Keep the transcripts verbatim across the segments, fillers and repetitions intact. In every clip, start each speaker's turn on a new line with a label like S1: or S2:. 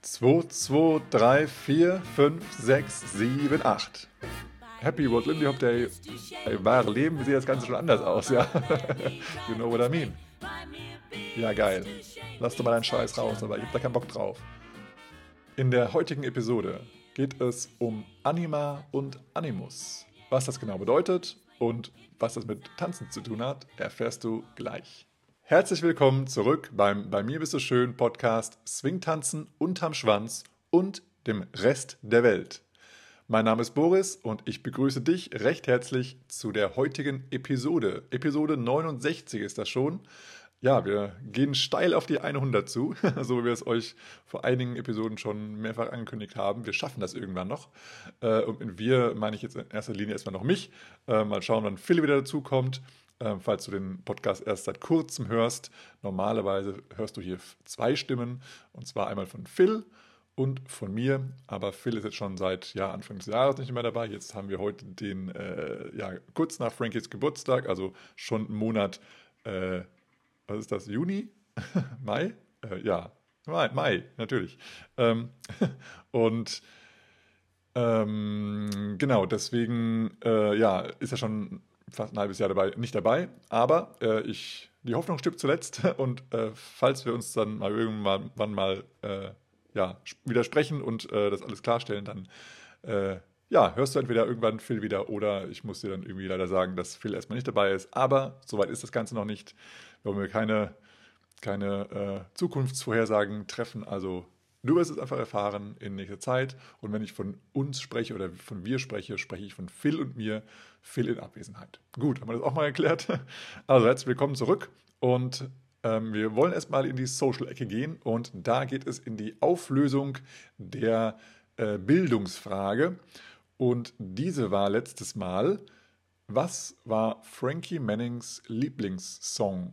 S1: zwei, zwei, drei, vier, fünf, sechs, sieben, acht. Happy World Lindy Hop Day. Im wahren Leben sieht das Ganze schon anders aus, ja. You know what I mean. Ja, geil. Lass doch mal deinen Scheiß raus, aber ich hab da keinen Bock drauf. In der heutigen Episode geht es um Anima und Animus. Was das genau bedeutet und was das mit Tanzen zu tun hat, erfährst du gleich. Herzlich willkommen zurück beim Bei mir bist du schön Podcast Swingtanzen unterm Schwanz und dem Rest der Welt. Mein Name ist Boris und ich begrüße dich recht herzlich zu der heutigen Episode. Episode neunundsechzig ist das schon. Ja, wir gehen steil auf die hundert zu, so wie wir es euch vor einigen Episoden schon mehrfach angekündigt haben. Wir schaffen das irgendwann noch. Und mit wir meine ich jetzt in erster Linie erstmal noch mich. Mal schauen, wann Phil wieder dazu kommt. Falls du den Podcast erst seit kurzem hörst, normalerweise hörst du hier zwei Stimmen, und zwar einmal von Phil und von mir, aber Phil ist jetzt schon seit ja, Anfang des Jahres nicht mehr dabei. Jetzt haben wir heute den, äh, ja, kurz nach Frankies Geburtstag, also schon einen Monat, äh, was ist das, Juni? Mai? Äh, ja, Mai, Mai, natürlich. Ähm, und ähm, genau, deswegen, äh, ja, ist er schon fast ein halbes Jahr dabei, nicht dabei, aber äh, ich, die Hoffnung stirbt zuletzt und äh, falls wir uns dann mal irgendwann mal äh, ja, widersprechen und äh, das alles klarstellen, dann äh, ja, hörst du entweder irgendwann Phil wieder oder ich muss dir dann irgendwie leider sagen, dass Phil erstmal nicht dabei ist, aber soweit ist das Ganze noch nicht. Wir wollen keine, keine äh, Zukunftsvorhersagen treffen, also du wirst es einfach erfahren in nächster Zeit. Und wenn ich von uns spreche oder von wir spreche, spreche ich von Phil und mir. Phil in Abwesenheit. Gut, haben wir das auch mal erklärt. Also herzlich willkommen zurück. Und ähm, wir wollen erstmal in die Social-Ecke gehen. Und da geht es in die Auflösung der äh, Bildungsfrage. Und diese war letztes Mal, was war Frankie Mannings Lieblingssong?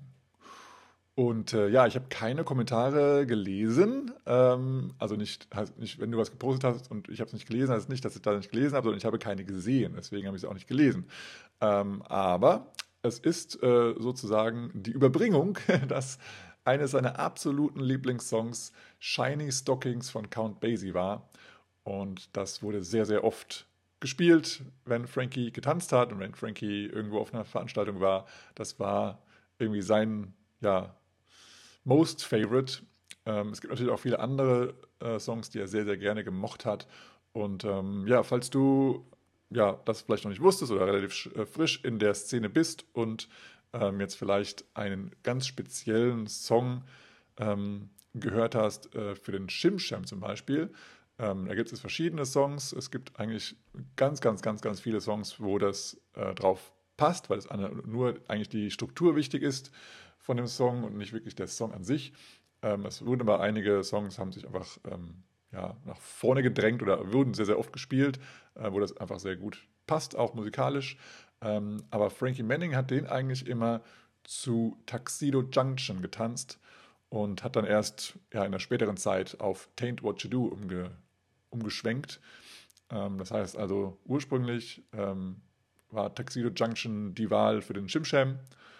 S1: Und äh, ja, ich habe keine Kommentare gelesen. Ähm, also nicht, heißt nicht, wenn du was gepostet hast und ich habe es nicht gelesen, heißt es nicht, dass ich da nicht gelesen habe, sondern ich habe keine gesehen. Deswegen habe ich es auch nicht gelesen. Ähm, aber es ist äh, sozusagen die Überbringung, dass eines seiner absoluten Lieblingssongs Shiny Stockings von Count Basie war. Und das wurde sehr, sehr oft gespielt, wenn Frankie getanzt hat und wenn Frankie irgendwo auf einer Veranstaltung war. Das war irgendwie sein, ja, Most Favorite. Ähm, es gibt natürlich auch viele andere äh, Songs, die er sehr, sehr gerne gemocht hat. Und ähm, ja, falls du ja, das vielleicht noch nicht wusstest oder relativ äh, frisch in der Szene bist und ähm, jetzt vielleicht einen ganz speziellen Song ähm, gehört hast, äh, für den Shim-Sham zum Beispiel, ähm, da gibt es verschiedene Songs. Es gibt eigentlich ganz, ganz, ganz, ganz viele Songs, wo das äh, drauf passt, weil es nur eigentlich die Struktur wichtig ist von dem Song und nicht wirklich der Song an sich. Ähm, es wurden aber einige Songs, haben sich einfach ähm, ja, nach vorne gedrängt oder wurden sehr, sehr oft gespielt, äh, wo das einfach sehr gut passt, auch musikalisch. Ähm, aber Frankie Manning hat den eigentlich immer zu Tuxedo Junction getanzt und hat dann erst ja, in der späteren Zeit auf Taint What You Do umge umgeschwenkt. Ähm, das heißt also, ursprünglich ähm, war Tuxedo Junction die Wahl für den Shim-Sham.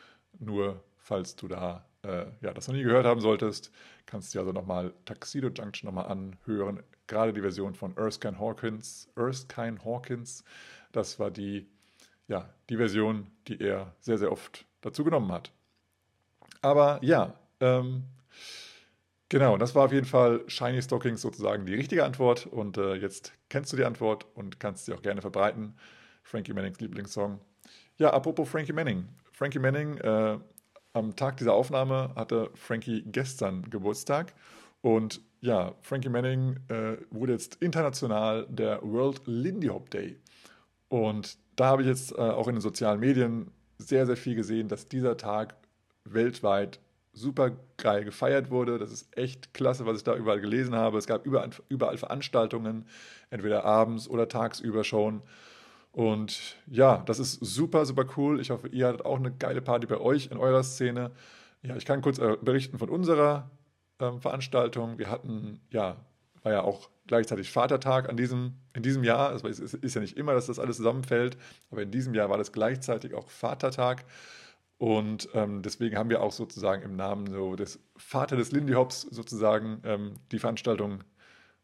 S1: Nur falls du da äh, ja, das noch nie gehört haben solltest, kannst du dir also nochmal Tuxedo Junction nochmal anhören. Gerade die Version von Erskine Hawkins. Erskine Hawkins, das war die, ja, die Version, die er sehr, sehr oft dazu genommen hat. Aber ja, ähm, genau, das war auf jeden Fall Shiny Stockings sozusagen die richtige Antwort. Und äh, jetzt kennst du die Antwort und kannst sie auch gerne verbreiten. Frankie Mannings Lieblingssong. Ja, apropos Frankie Manning. Frankie Manning, äh, am Tag dieser Aufnahme hatte Frankie gestern Geburtstag. Und ja, Frankie Manning äh, wurde jetzt international der World Lindy Hop Day. Und da habe ich jetzt äh, auch in den sozialen Medien sehr, sehr viel gesehen, dass dieser Tag weltweit super geil gefeiert wurde. Das ist echt klasse, was ich da überall gelesen habe. Es gab überall, überall Veranstaltungen, entweder abends oder tagsüber schon. Und ja, das ist super, super cool. Ich hoffe, ihr hattet auch eine geile Party bei euch in eurer Szene. Ja, ich kann kurz äh, berichten von unserer ähm, Veranstaltung. Wir hatten, ja, war ja auch gleichzeitig Vatertag an diesem, in diesem Jahr. Also es ist, ist ja nicht immer, dass das alles zusammenfällt, aber in diesem Jahr war das gleichzeitig auch Vatertag. Und ähm, deswegen haben wir auch sozusagen im Namen so des Vater des Lindy Hops sozusagen ähm, die Veranstaltung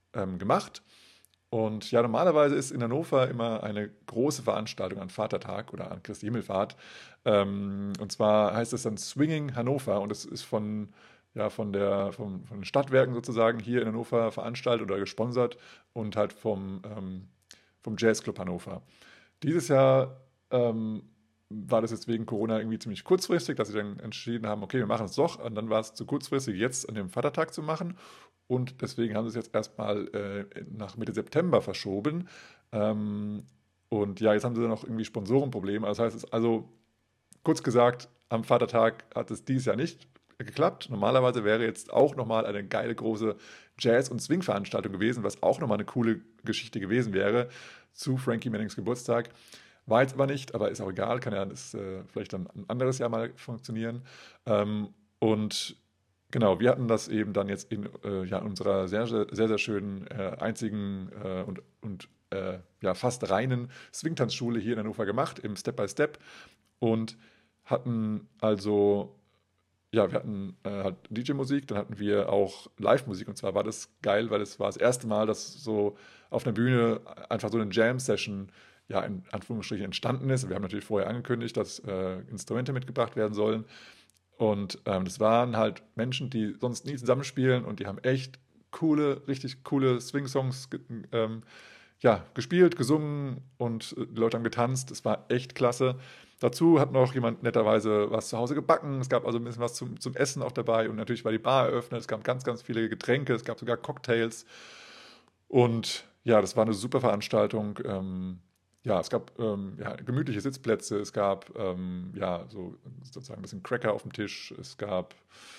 S1: ähm, gemacht. Und ja, normalerweise ist in Hannover immer eine große Veranstaltung an Vatertag oder an Christi Himmelfahrt. Ähm, und zwar heißt es dann Swinging Hannover und es ist von, ja, von der, vom, von den Stadtwerken sozusagen hier in Hannover veranstaltet oder gesponsert und halt vom, ähm, vom Jazzclub Hannover. Dieses Jahr ähm, war das jetzt wegen Corona irgendwie ziemlich kurzfristig, dass sie dann entschieden haben, okay, wir machen es doch. Und dann war es zu kurzfristig, jetzt an dem Vatertag zu machen. Und deswegen haben sie es jetzt erstmal äh, nach Mitte September verschoben. Ähm, und ja, jetzt haben sie noch irgendwie Sponsorenprobleme. Das heißt, es ist also kurz gesagt, am Vatertag hat es dieses Jahr nicht geklappt. Normalerweise wäre jetzt auch nochmal eine geile große Jazz- und Swing-Veranstaltung gewesen, was auch nochmal eine coole Geschichte gewesen wäre zu Frankie Mannings Geburtstag. War jetzt aber nicht, aber ist auch egal, kann ja das, äh, vielleicht dann ein anderes Jahr mal funktionieren. Ähm, und genau, wir hatten das eben dann jetzt in äh, ja, unserer sehr, sehr, sehr, sehr schönen, äh, einzigen äh, und, und äh, ja, fast reinen Swingtanzschule hier in Hannover gemacht, im Step by Step. Und hatten also, ja, wir hatten äh, halt D J-Musik, dann hatten wir auch Live-Musik. Und zwar war das geil, weil es war das erste Mal, dass so auf einer Bühne einfach so eine Jam-Session, ja, in Anführungsstrichen entstanden ist. Wir haben natürlich vorher angekündigt, dass äh, Instrumente mitgebracht werden sollen. Und ähm, das waren halt Menschen, die sonst nie zusammenspielen und die haben echt coole, richtig coole Swing-Songs ge ähm, ja, gespielt, gesungen und äh, die Leute haben getanzt. Es war echt klasse. Dazu hat noch jemand netterweise was zu Hause gebacken. Es gab also ein bisschen was zum, zum Essen auch dabei und natürlich war die Bar eröffnet. Es gab ganz, ganz viele Getränke, es gab sogar Cocktails. Und ja, das war eine super Veranstaltung. Ähm, ja, es gab ähm, ja, gemütliche Sitzplätze, es gab ähm, ja, so sozusagen ein bisschen Cracker auf dem Tisch, es gab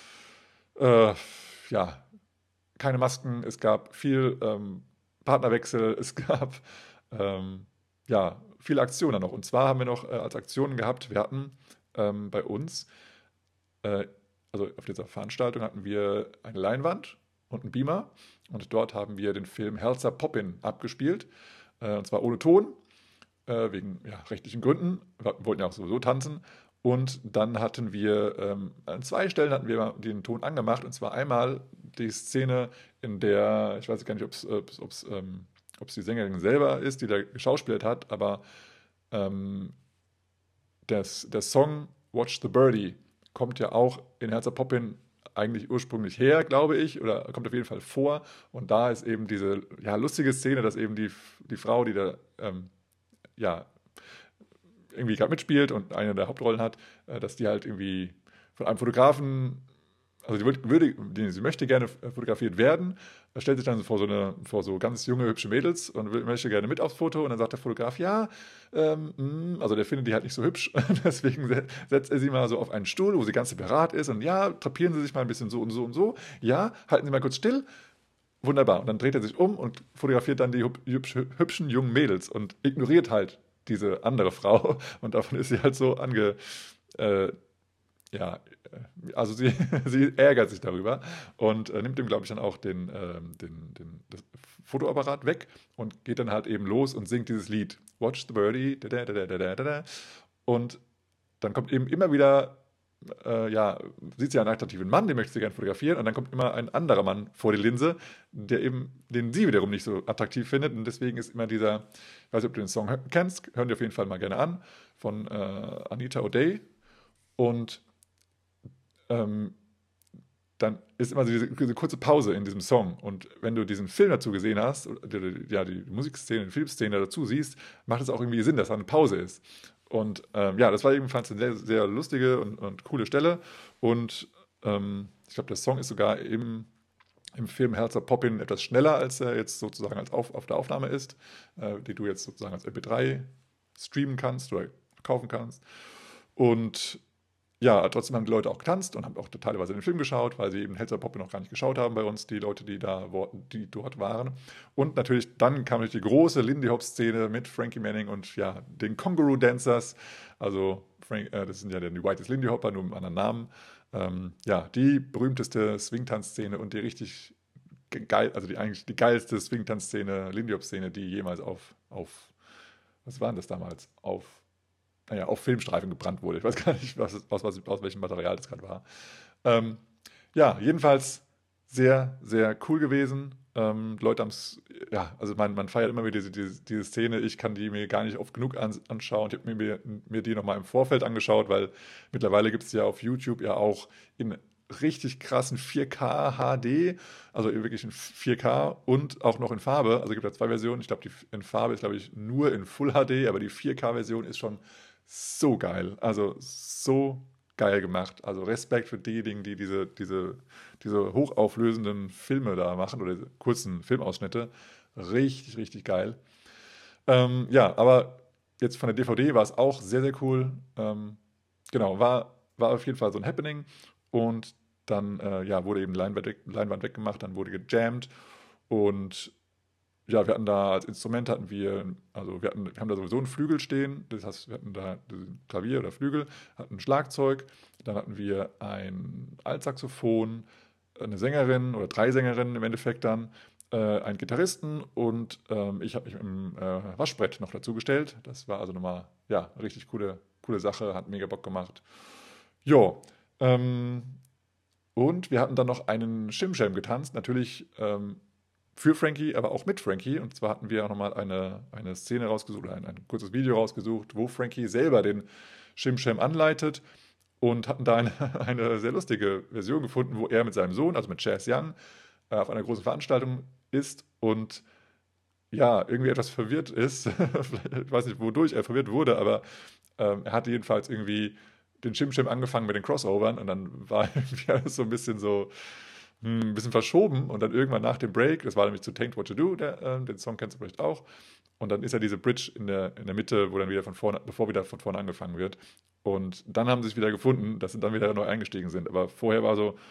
S1: äh, ja, keine Masken, es gab viel ähm, Partnerwechsel, es gab ähm, ja, viele Aktionen noch. Und zwar haben wir noch äh, als Aktionen gehabt, wir hatten ähm, bei uns, äh, also auf dieser Veranstaltung hatten wir eine Leinwand und einen Beamer und dort haben wir den Film Helzer Poppin abgespielt, äh, und zwar ohne Ton, äh, wegen ja, rechtlichen Gründen. Wir wollten ja auch sowieso tanzen. Und dann hatten wir, ähm, an zwei Stellen hatten wir den Ton angemacht. Und zwar einmal die Szene, in der, ich weiß gar nicht, ob es ähm, ob's die Sängerin selber ist, die da geschauspielt hat, aber ähm, das, der Song Watch the Birdie kommt ja auch in Herzer Poppin eigentlich ursprünglich her, glaube ich, oder kommt auf jeden Fall vor. Und da ist eben diese ja, lustige Szene, dass eben die, die Frau, die da ähm, ja, irgendwie gerade mitspielt und eine der Hauptrollen hat, äh, dass die halt irgendwie von einem Fotografen, also die würde, würde die, sie möchte gerne fotografiert werden, da stellt sich dann vor so eine, vor so ganz junge, hübsche Mädels und will, möchte gerne mit aufs Foto und dann sagt der Fotograf, ja, ähm, mh, also der findet die halt nicht so hübsch, deswegen se- setzt er sie mal so auf einen Stuhl, wo sie ganz separat ist und ja, drapieren Sie sich mal ein bisschen so und so und so, ja, halten Sie mal kurz still. Wunderbar. Und dann dreht er sich um und fotografiert dann die hüb- hübsch, hübschen jungen Mädels und ignoriert halt diese andere Frau. Und davon ist sie halt so ange. Äh, ja, äh, also sie, sie ärgert sich darüber und äh, nimmt ihm, glaube ich, dann auch den, ähm, den, den das Fotoapparat weg und geht dann halt eben los und singt dieses Lied. Watch the Birdie. Da, da, da, da, da, da, da. Und dann kommt eben immer wieder, äh, ja, sieht sie einen attraktiven Mann, den möchte sie gerne fotografieren, und dann kommt immer ein anderer Mann vor die Linse, der eben, den sie wiederum nicht so attraktiv findet. Und deswegen ist immer dieser, ich weiß nicht, ob du den Song hör- kennst, hören dir auf jeden Fall mal gerne an, von äh, Anita O'Day. Und ähm, dann ist immer so diese, diese kurze Pause in diesem Song. Und wenn du diesen Film dazu gesehen hast, oder die, ja, die Musikszene, die Filmszene dazu siehst, macht es auch irgendwie Sinn, dass da eine Pause ist. Und ähm, ja, das war ebenfalls eine sehr, sehr lustige und, und coole Stelle. Und ähm, ich glaube, der Song ist sogar im, im Film Herzer Poppin etwas schneller, als er jetzt sozusagen als auf, auf der Aufnahme ist, äh, die du jetzt sozusagen als M P drei streamen kannst oder kaufen kannst. Und ja, trotzdem haben die Leute auch getanzt und haben auch teilweise den Film geschaut, weil sie eben Helter Poppe noch gar nicht geschaut haben bei uns, die Leute, die da wo- die dort waren. Und natürlich, dann kam natürlich die große Lindy Hop-Szene mit Frankie Manning und ja, den Congaroo Dancers. Also, Frank, äh, das sind ja dann die Whitest Lindy Hopper, nur mit einem anderen Namen. Ähm, ja, die berühmteste Swing-Tanz-Szene und die richtig ge- geil, also die eigentlich die geilste Swing-Tanz-Szene, Lindy Hop-Szene, die jemals auf, auf, was war denn das damals? Auf naja, auf Filmstreifen gebrannt wurde. Ich weiß gar nicht, was, aus, was, aus welchem Material das gerade war. Ähm, ja, jedenfalls sehr, sehr cool gewesen. Ähm, Leute haben es, ja, also man, man feiert immer wieder diese, diese, diese Szene. Ich kann die mir gar nicht oft genug an, anschauen. Ich habe mir, mir die nochmal im Vorfeld angeschaut, weil mittlerweile gibt es ja auf YouTube ja auch in richtig krassen vier K H D, also wirklich in vier K und auch noch in Farbe. Also es gibt ja zwei Versionen. Ich glaube, die in Farbe ist, glaube ich, nur in Full H D, aber die vier K-Version ist schon so geil. Also so geil gemacht. Also Respekt für diejenigen, die diese, diese, diese hochauflösenden Filme da machen oder diese kurzen Filmausschnitte. Richtig, richtig geil. Ähm, ja, aber jetzt von der D V D war es auch sehr, sehr cool. Ähm, genau, war, war auf jeden Fall so ein Happening. Und dann äh, ja, wurde eben Leinwand, weg, Leinwand weggemacht, dann wurde gejammt. Und ja, wir hatten da als Instrument hatten wir, also wir hatten, wir haben da sowieso einen Flügel stehen, das heißt, wir hatten da ein Klavier oder Flügel, hatten ein Schlagzeug, dann hatten wir ein Altsaxophon, eine Sängerin oder drei Sängerinnen im Endeffekt dann, äh, einen Gitarristen und ähm, ich habe mich mit dem äh, Waschbrett noch dazu gestellt. Das war also nochmal, ja, eine richtig coole, coole Sache, hat mega Bock gemacht. Jo, ähm, und wir hatten dann noch einen Shimsham getanzt, natürlich ähm, für Frankie, aber auch mit Frankie. Und zwar hatten wir auch nochmal eine, eine Szene rausgesucht, ein, ein kurzes Video rausgesucht, wo Frankie selber den Shimsham anleitet und hatten da eine, eine sehr lustige Version gefunden, wo er mit seinem Sohn, also mit Chaz Young, äh, auf einer großen Veranstaltung ist und ja, irgendwie etwas verwirrt ist. Ich weiß nicht, wodurch er verwirrt wurde, aber ähm, er hatte jedenfalls irgendwie den Shimsham angefangen mit den Crossovern und dann war irgendwie alles so ein bisschen so hm, ein bisschen verschoben und dann irgendwann nach dem Break, das war nämlich zu Tanked What to Do, der, äh, den Song kennst du vielleicht auch, und dann ist ja diese Bridge in der, in der Mitte, wo dann wieder von vorne, bevor wieder von vorne angefangen wird. Und dann haben sie sich wieder gefunden, dass sie dann wieder neu eingestiegen sind. Aber vorher war so,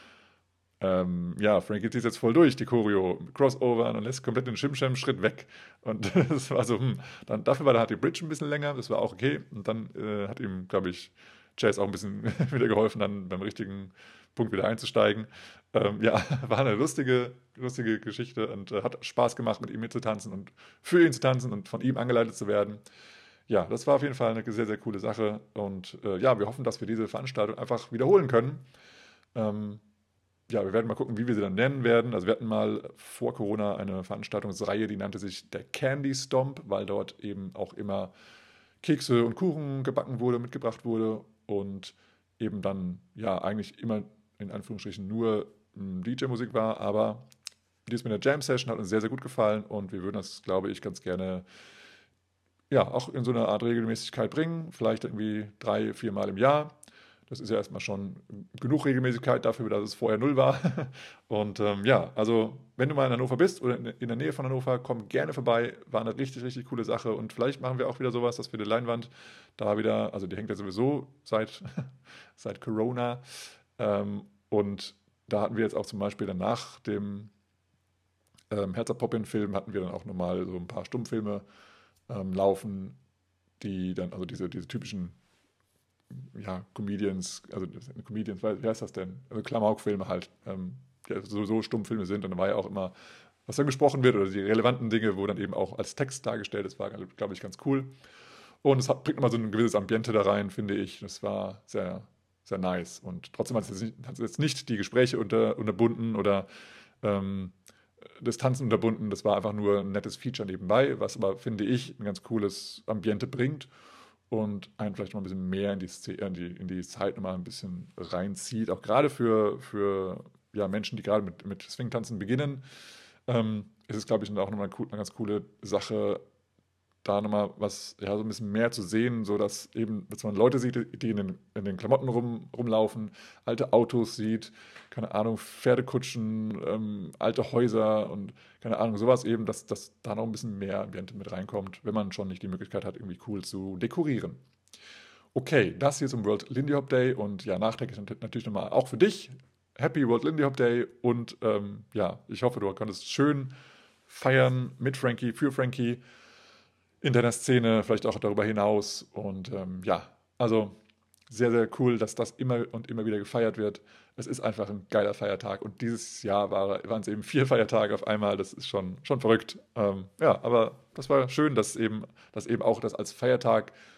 S1: ähm, ja, Frankie zieht jetzt voll durch, die Choreo, Crossover und lässt komplett den Shimsham-Schritt weg. Und das war so, hm, dann, dafür war dann halt die Bridge ein bisschen länger, das war auch okay. Und dann äh, hat ihm, glaube ich, Chase auch ein bisschen wieder geholfen, dann beim richtigen Punkt wieder einzusteigen. Ähm, ja, war eine lustige, lustige Geschichte und äh, hat Spaß gemacht, mit ihm mitzutanzen und für ihn zu tanzen und von ihm angeleitet zu werden. Ja, das war auf jeden Fall eine sehr, sehr coole Sache. Und äh, ja, wir hoffen, dass wir diese Veranstaltung einfach wiederholen können. Ähm, ja, wir werden mal gucken, wie wir sie dann nennen werden. Also wir hatten mal vor Corona eine Veranstaltungsreihe, die nannte sich der Candy Stomp, weil dort eben auch immer Kekse und Kuchen gebacken wurde, mitgebracht wurde und eben dann ja eigentlich immer in Anführungsstrichen nur ähm, D J-Musik war, aber dies mit der Jam-Session hat uns sehr, sehr gut gefallen und wir würden das, glaube ich, ganz gerne ja auch in so eine Art Regelmäßigkeit bringen, vielleicht irgendwie drei, vier Mal im Jahr. Das ist ja erstmal schon genug Regelmäßigkeit dafür, dass es vorher null war. Und ähm, ja, also wenn du mal in Hannover bist oder in, in der Nähe von Hannover, komm gerne vorbei. War eine richtig, richtig coole Sache. Und vielleicht machen wir auch wieder sowas, dass wir die Leinwand da wieder, also die hängt ja sowieso seit, seit Corona. Ähm, und da hatten wir jetzt auch zum Beispiel dann nach dem ähm, Herzer Poppin-Film hatten wir dann auch nochmal so ein paar Stummfilme ähm, laufen, die dann, also diese, diese typischen ja, Comedians, also Comedians, wie heißt das denn? Also Klamauk-Filme halt, ähm, die also sowieso Stummfilme sind. Und da war ja auch immer, was dann gesprochen wird oder die relevanten Dinge, wo dann eben auch als Text dargestellt ist, war, glaube ich, ganz cool. Und es hat, bringt nochmal so ein gewisses Ambiente da rein, finde ich. Das war sehr, sehr nice. Und trotzdem hat es jetzt nicht, hat es jetzt nicht die Gespräche unter, unterbunden oder ähm, das Tanzen unterbunden. Das war einfach nur ein nettes Feature nebenbei, was aber, finde ich, ein ganz cooles Ambiente bringt und einen vielleicht noch ein bisschen mehr in die, Szene, in die, in die Zeit nochmal ein bisschen reinzieht. Auch gerade für, für ja, Menschen, die gerade mit, mit Swing-Tanzen beginnen, ähm, ist es, glaube ich, auch nochmal eine, eine ganz coole Sache, da nochmal was, ja, so ein bisschen mehr zu sehen, so dass eben, dass man Leute sieht, die in den, in den Klamotten rum, rumlaufen, alte Autos sieht, keine Ahnung, Pferdekutschen, ähm, alte Häuser und keine Ahnung, sowas eben, dass, dass da noch ein bisschen mehr Ambiente mit reinkommt, wenn man schon nicht die Möglichkeit hat, irgendwie cool zu dekorieren. Okay, das hier zum World Lindy Hop Day und ja, nachträglich natürlich nochmal auch für dich. Happy World Lindy Hop Day und ähm, ja, ich hoffe, du konntest schön feiern mit Frankie, für Frankie in deiner Szene, vielleicht auch darüber hinaus. Und ähm, ja, also sehr, sehr cool, dass das immer und immer wieder gefeiert wird. Es ist einfach ein geiler Feiertag und dieses Jahr war, waren es eben vier Feiertage auf einmal. Das ist schon, schon verrückt. Ähm, ja, aber das war schön, dass eben, dass eben auch das als Feiertag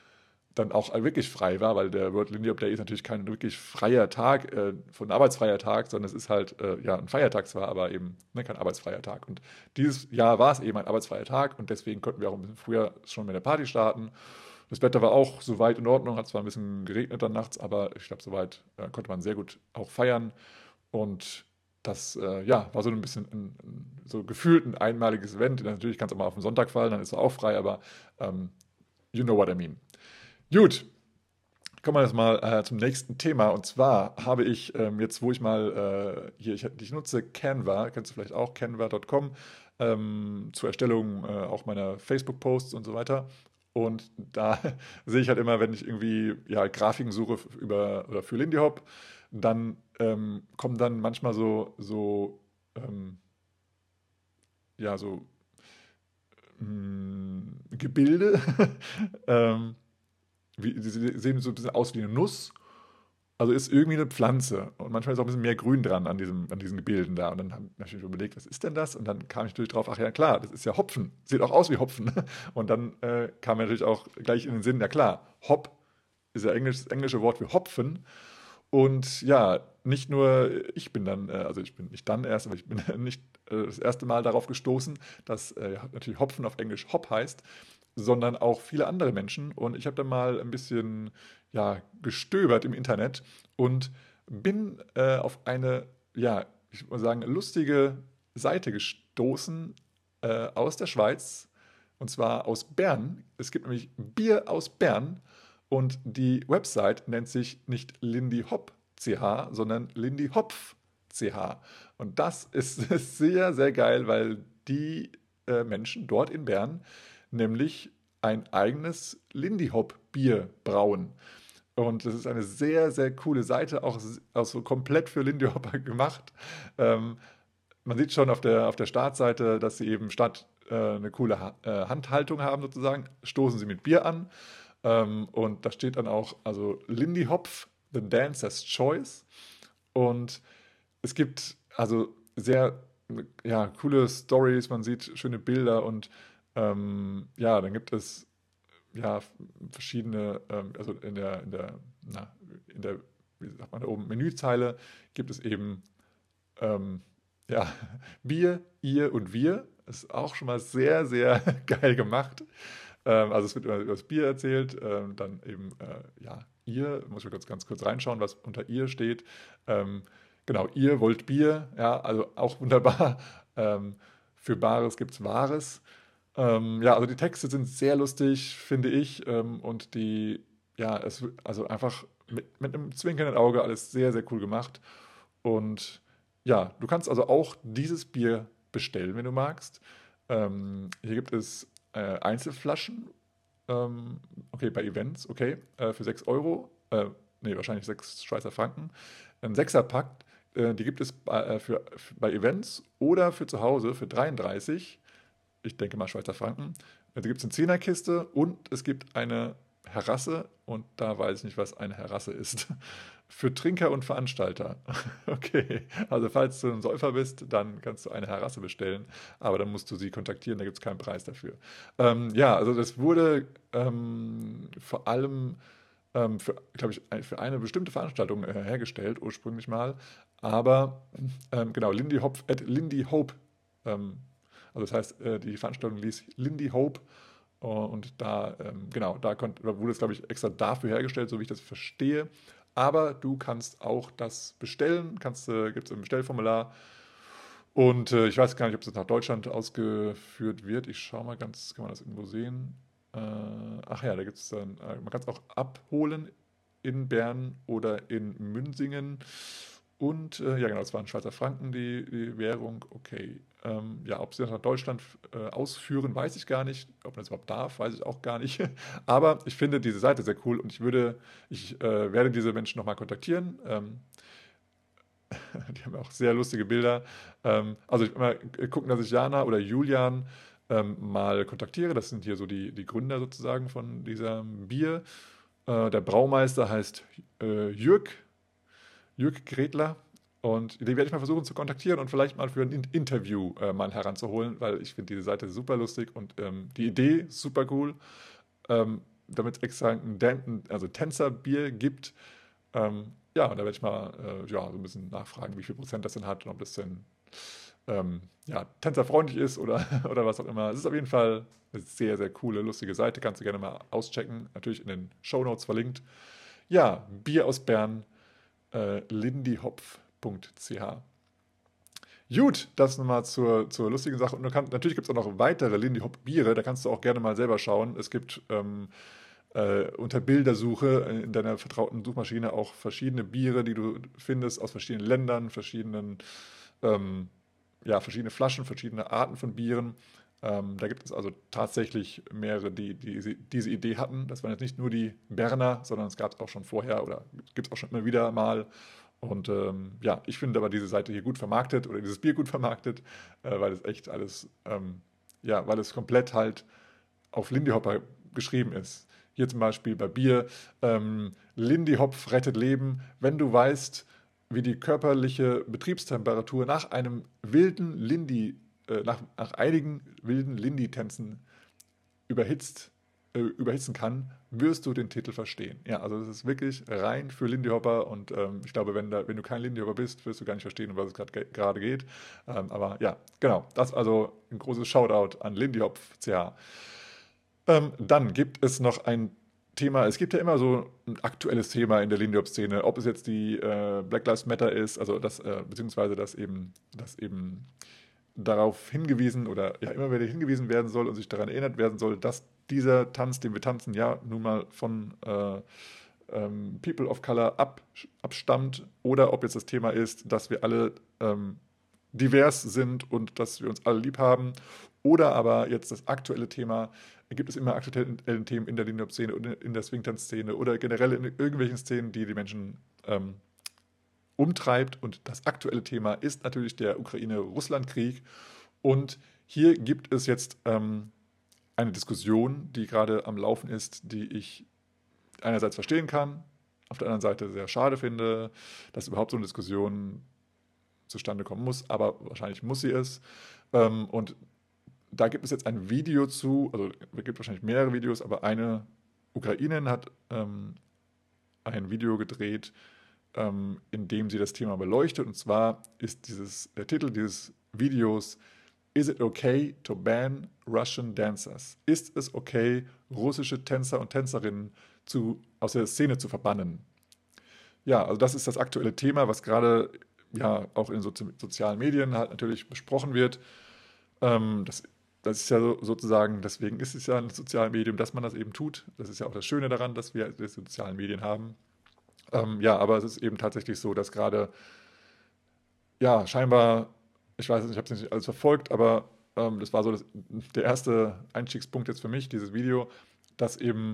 S1: dann auch wirklich frei war, weil der World Lindy Hop Day ist natürlich kein wirklich freier Tag, äh, von arbeitsfreier Tag, sondern es ist halt äh, ja ein Feiertag zwar, aber eben ne, kein arbeitsfreier Tag. Und dieses Jahr war es eben ein arbeitsfreier Tag und deswegen konnten wir auch ein bisschen früher schon mit der Party starten. Das Wetter war auch soweit in Ordnung, hat zwar ein bisschen geregnet dann nachts, aber ich glaube, soweit äh, konnte man sehr gut auch feiern. Und das äh, ja, war so ein bisschen ein, ein, so gefühlt ein einmaliges Event. Natürlich kann es auch mal auf den Sonntag fallen, dann ist es auch frei, aber ähm, you know what I mean. Gut, kommen wir jetzt mal äh, zum nächsten Thema. Und zwar habe ich ähm, jetzt, wo ich mal äh, hier, ich, ich nutze Canva, kennst du vielleicht auch, canva Punkt com, ähm, zur Erstellung äh, auch meiner Facebook-Posts und so weiter. Und da sehe ich halt immer, wenn ich irgendwie ja, Grafiken suche f- über oder für Lindy Hop, dann ähm, kommen dann manchmal so, so, ähm, ja, so mh, Gebilde. ähm, wie, die sehen so ein bisschen aus wie eine Nuss. Also ist irgendwie eine Pflanze. Und manchmal ist auch ein bisschen mehr Grün dran an, diesem, an diesen Gebilden da. Und dann habe ich natürlich überlegt, was ist denn das? Und dann kam ich natürlich drauf, ach ja klar, das ist ja Hopfen. Sieht auch aus wie Hopfen. Und dann äh, kam mir natürlich auch gleich in den Sinn, ja klar, Hop ist ja Englisch, das englische Wort für Hopfen. Und ja, nicht nur ich bin dann, äh, also ich bin nicht dann erst, aber ich bin nicht äh, das erste Mal darauf gestoßen, dass äh, ja, natürlich Hopfen auf Englisch Hop heißt, sondern auch viele andere Menschen. Und ich habe dann mal ein bisschen ja, gestöbert im Internet und bin äh, auf eine, ja, ich muss sagen, lustige Seite gestoßen äh, aus der Schweiz, und zwar aus Bern. Es gibt nämlich Bier aus Bern und die Website nennt sich nicht Lindy Hop C H, sondern Lindy Hopf C H. Und das ist sehr, sehr geil, weil die äh, Menschen dort in Bern nämlich ein eigenes Lindy Hop Bier brauen. Und das ist eine sehr, sehr coole Seite, auch, auch so komplett für Lindy Hopper gemacht. Ähm, Man sieht schon auf der, auf der Startseite, dass sie eben statt äh, eine coole ha äh, Handhaltung haben, sozusagen, stoßen sie mit Bier an. Ähm, und da steht dann auch, also Lindy Hopf, The Dancer's Choice. Und es gibt also sehr ja, coole Stories, man sieht schöne Bilder und ähm, ja, dann gibt es ja verschiedene, ähm, also in der, in der, na, in der, wie sagt man da oben, Menüzeile gibt es eben ähm, ja, Bier, ihr und wir. Ist auch schon mal sehr, sehr geil gemacht. Ähm, also es wird immer über das Bier erzählt, ähm, dann eben, äh, ja, ihr, muss ich ganz, ganz kurz reinschauen, was unter ihr steht. Ähm, genau, ihr wollt Bier, ja, also auch wunderbar. Ähm, für Bares gibt es Wahres. Ähm, ja, also die Texte sind sehr lustig, finde ich. Ähm, und die, ja, es, also einfach mit, mit einem zwinkernden Auge alles sehr, sehr cool gemacht. Und ja, du kannst also auch dieses Bier bestellen, wenn du magst. Ähm, hier gibt es äh, Einzelflaschen, ähm, okay, bei Events, okay, äh, für sechs Euro, äh, nee, wahrscheinlich sechs Schweizer Franken. Ein Sechserpack, äh, die gibt es bei, äh, für, für, bei Events oder für zu Hause für dreiunddreißig, ich denke mal Schweizer Franken. Da gibt es eine Zehnerkiste und es gibt eine Herasse und da weiß ich nicht, was eine Herasse ist. Für Trinker und Veranstalter. Okay, also falls du ein Säufer bist, dann kannst du eine Herasse bestellen, aber dann musst du sie kontaktieren, da gibt es keinen Preis dafür. Ähm, ja, also das wurde ähm, vor allem ähm, für, glaube ich, ein- für eine bestimmte Veranstaltung äh, hergestellt, ursprünglich mal, aber ähm, genau, Lindy Hop, at Lindy Hope, ähm, also das heißt, äh, die Veranstaltung ließ Lindy Hope äh, und da, ähm, genau, da konnt, da wurde es, glaube ich, extra dafür hergestellt, so wie ich das verstehe. Aber du kannst auch das bestellen, kannst, äh, gibt es ein Bestellformular. Und äh, ich weiß gar nicht, ob das nach Deutschland ausgeführt wird. Ich schaue mal ganz, kann man das irgendwo sehen? Äh, ach ja, da gibt es dann, äh, man kann es auch abholen in Bern oder in Münsingen. Und äh, ja, genau, es waren Schweizer Franken, die, die Währung. Okay. Ähm, ja, ob sie das nach Deutschland äh, ausführen, weiß ich gar nicht. Ob man das überhaupt darf, weiß ich auch gar nicht. Aber ich finde diese Seite sehr cool und ich würde, ich äh, werde diese Menschen nochmal kontaktieren. Ähm, die haben auch sehr lustige Bilder. Ähm, also ich mal gucken, dass ich Jana oder Julian ähm, mal kontaktiere. Das sind hier so die, die Gründer sozusagen von diesem Bier. Äh, der Braumeister heißt äh, Jürg, Jürg Gretler. Und den werde ich mal versuchen zu kontaktieren und vielleicht mal für ein In- Interview äh, mal heranzuholen, weil ich finde diese Seite super lustig und ähm, die Idee super cool. Ähm, damit es extra ein Dan also Tänzerbier gibt. Ähm, ja, und da werde ich mal äh, ja, so ein bisschen nachfragen, wie viel Prozent das denn hat und ob das denn ähm, ja, tänzerfreundlich ist oder, oder was auch immer. Es ist auf jeden Fall eine sehr, sehr coole, lustige Seite. Kannst du gerne mal auschecken. Natürlich in den Shownotes verlinkt. Ja, Bier aus Bern, äh, lindyhopf punkt c h. Gut, das nochmal zur, zur lustigen Sache. Und du kannst, natürlich gibt es auch noch weitere Lindy Hop Biere, da kannst du auch gerne mal selber schauen. Es gibt ähm, äh, unter Bildersuche in deiner vertrauten Suchmaschine auch verschiedene Biere, die du findest aus verschiedenen Ländern, verschiedenen, ähm, ja, verschiedene Flaschen, verschiedene Arten von Bieren. Ähm, da gibt es also tatsächlich mehrere, die, die diese Idee hatten. Das waren jetzt nicht nur die Berner, sondern es gab es auch schon vorher oder gibt es auch schon immer wieder mal. Und ähm, ja, ich finde aber diese Seite hier gut vermarktet oder dieses Bier gut vermarktet, äh, weil es echt alles, ähm, ja, weil es komplett halt auf Lindy Hopper geschrieben ist. Hier zum Beispiel bei Bier, ähm, Lindy Hopf rettet Leben, wenn du weißt, wie die körperliche Betriebstemperatur nach einem wilden Lindy, äh, nach, nach einigen wilden Lindy-Tänzen überhitzt, äh, überhitzen kann, wirst du den Titel verstehen. Ja, also das ist wirklich rein für Lindy Hopper und ähm, ich glaube, wenn, da, wenn du kein Lindy Hopper bist, wirst du gar nicht verstehen, um was es gerade geht. Ähm, aber ja, genau, das also ein großes Shoutout an Lindy Hopf C H. Ähm, dann gibt es noch ein Thema, es gibt ja immer so ein aktuelles Thema in der Lindy Hop-Szene, ob es jetzt die äh, Black Lives Matter ist, also das, äh, beziehungsweise dass eben, dass eben darauf hingewiesen oder ja immer wieder hingewiesen werden soll und sich daran erinnert werden soll, dass dieser Tanz, den wir tanzen, ja nun mal von äh, ähm, People of Color ab, abstammt oder ob jetzt das Thema ist, dass wir alle ähm, divers sind und dass wir uns alle lieb haben oder aber jetzt das aktuelle Thema, gibt es immer aktuelle Themen in der Lindy-Hop-Szene und in der Swing-Tanz-Szene oder generell in irgendwelchen Szenen, die die Menschen ähm, umtreibt. Und das aktuelle Thema ist natürlich der Ukraine-Russland-Krieg. Und hier gibt es jetzt ähm, eine Diskussion, die gerade am Laufen ist, die ich einerseits verstehen kann, auf der anderen Seite sehr schade finde, dass überhaupt so eine Diskussion zustande kommen muss, aber wahrscheinlich muss sie es. Ähm, und da gibt es jetzt ein Video zu, also es gibt wahrscheinlich mehrere Videos, aber eine Ukrainerin hat ähm, ein Video gedreht, ähm, in dem sie das Thema beleuchtet. Und zwar ist dieses, der Titel dieses Videos Is it okay to ban Russian dancers? Ist es okay, russische Tänzer und Tänzerinnen zu, aus der Szene zu verbannen? Ja, also das ist das aktuelle Thema, was gerade ja auch in sozi sozialen Medien halt natürlich besprochen wird. Ähm, das, das ist ja so, sozusagen, deswegen ist es ja ein soziales Medium, dass man das eben tut. Das ist ja auch das Schöne daran, dass wir die sozialen Medien haben. Ähm, ja, aber es ist eben tatsächlich so, dass gerade, ja, scheinbar, ich weiß nicht, ich habe es nicht alles verfolgt, aber ähm, das war so das, der erste Einstiegspunkt jetzt für mich, dieses Video, dass eben,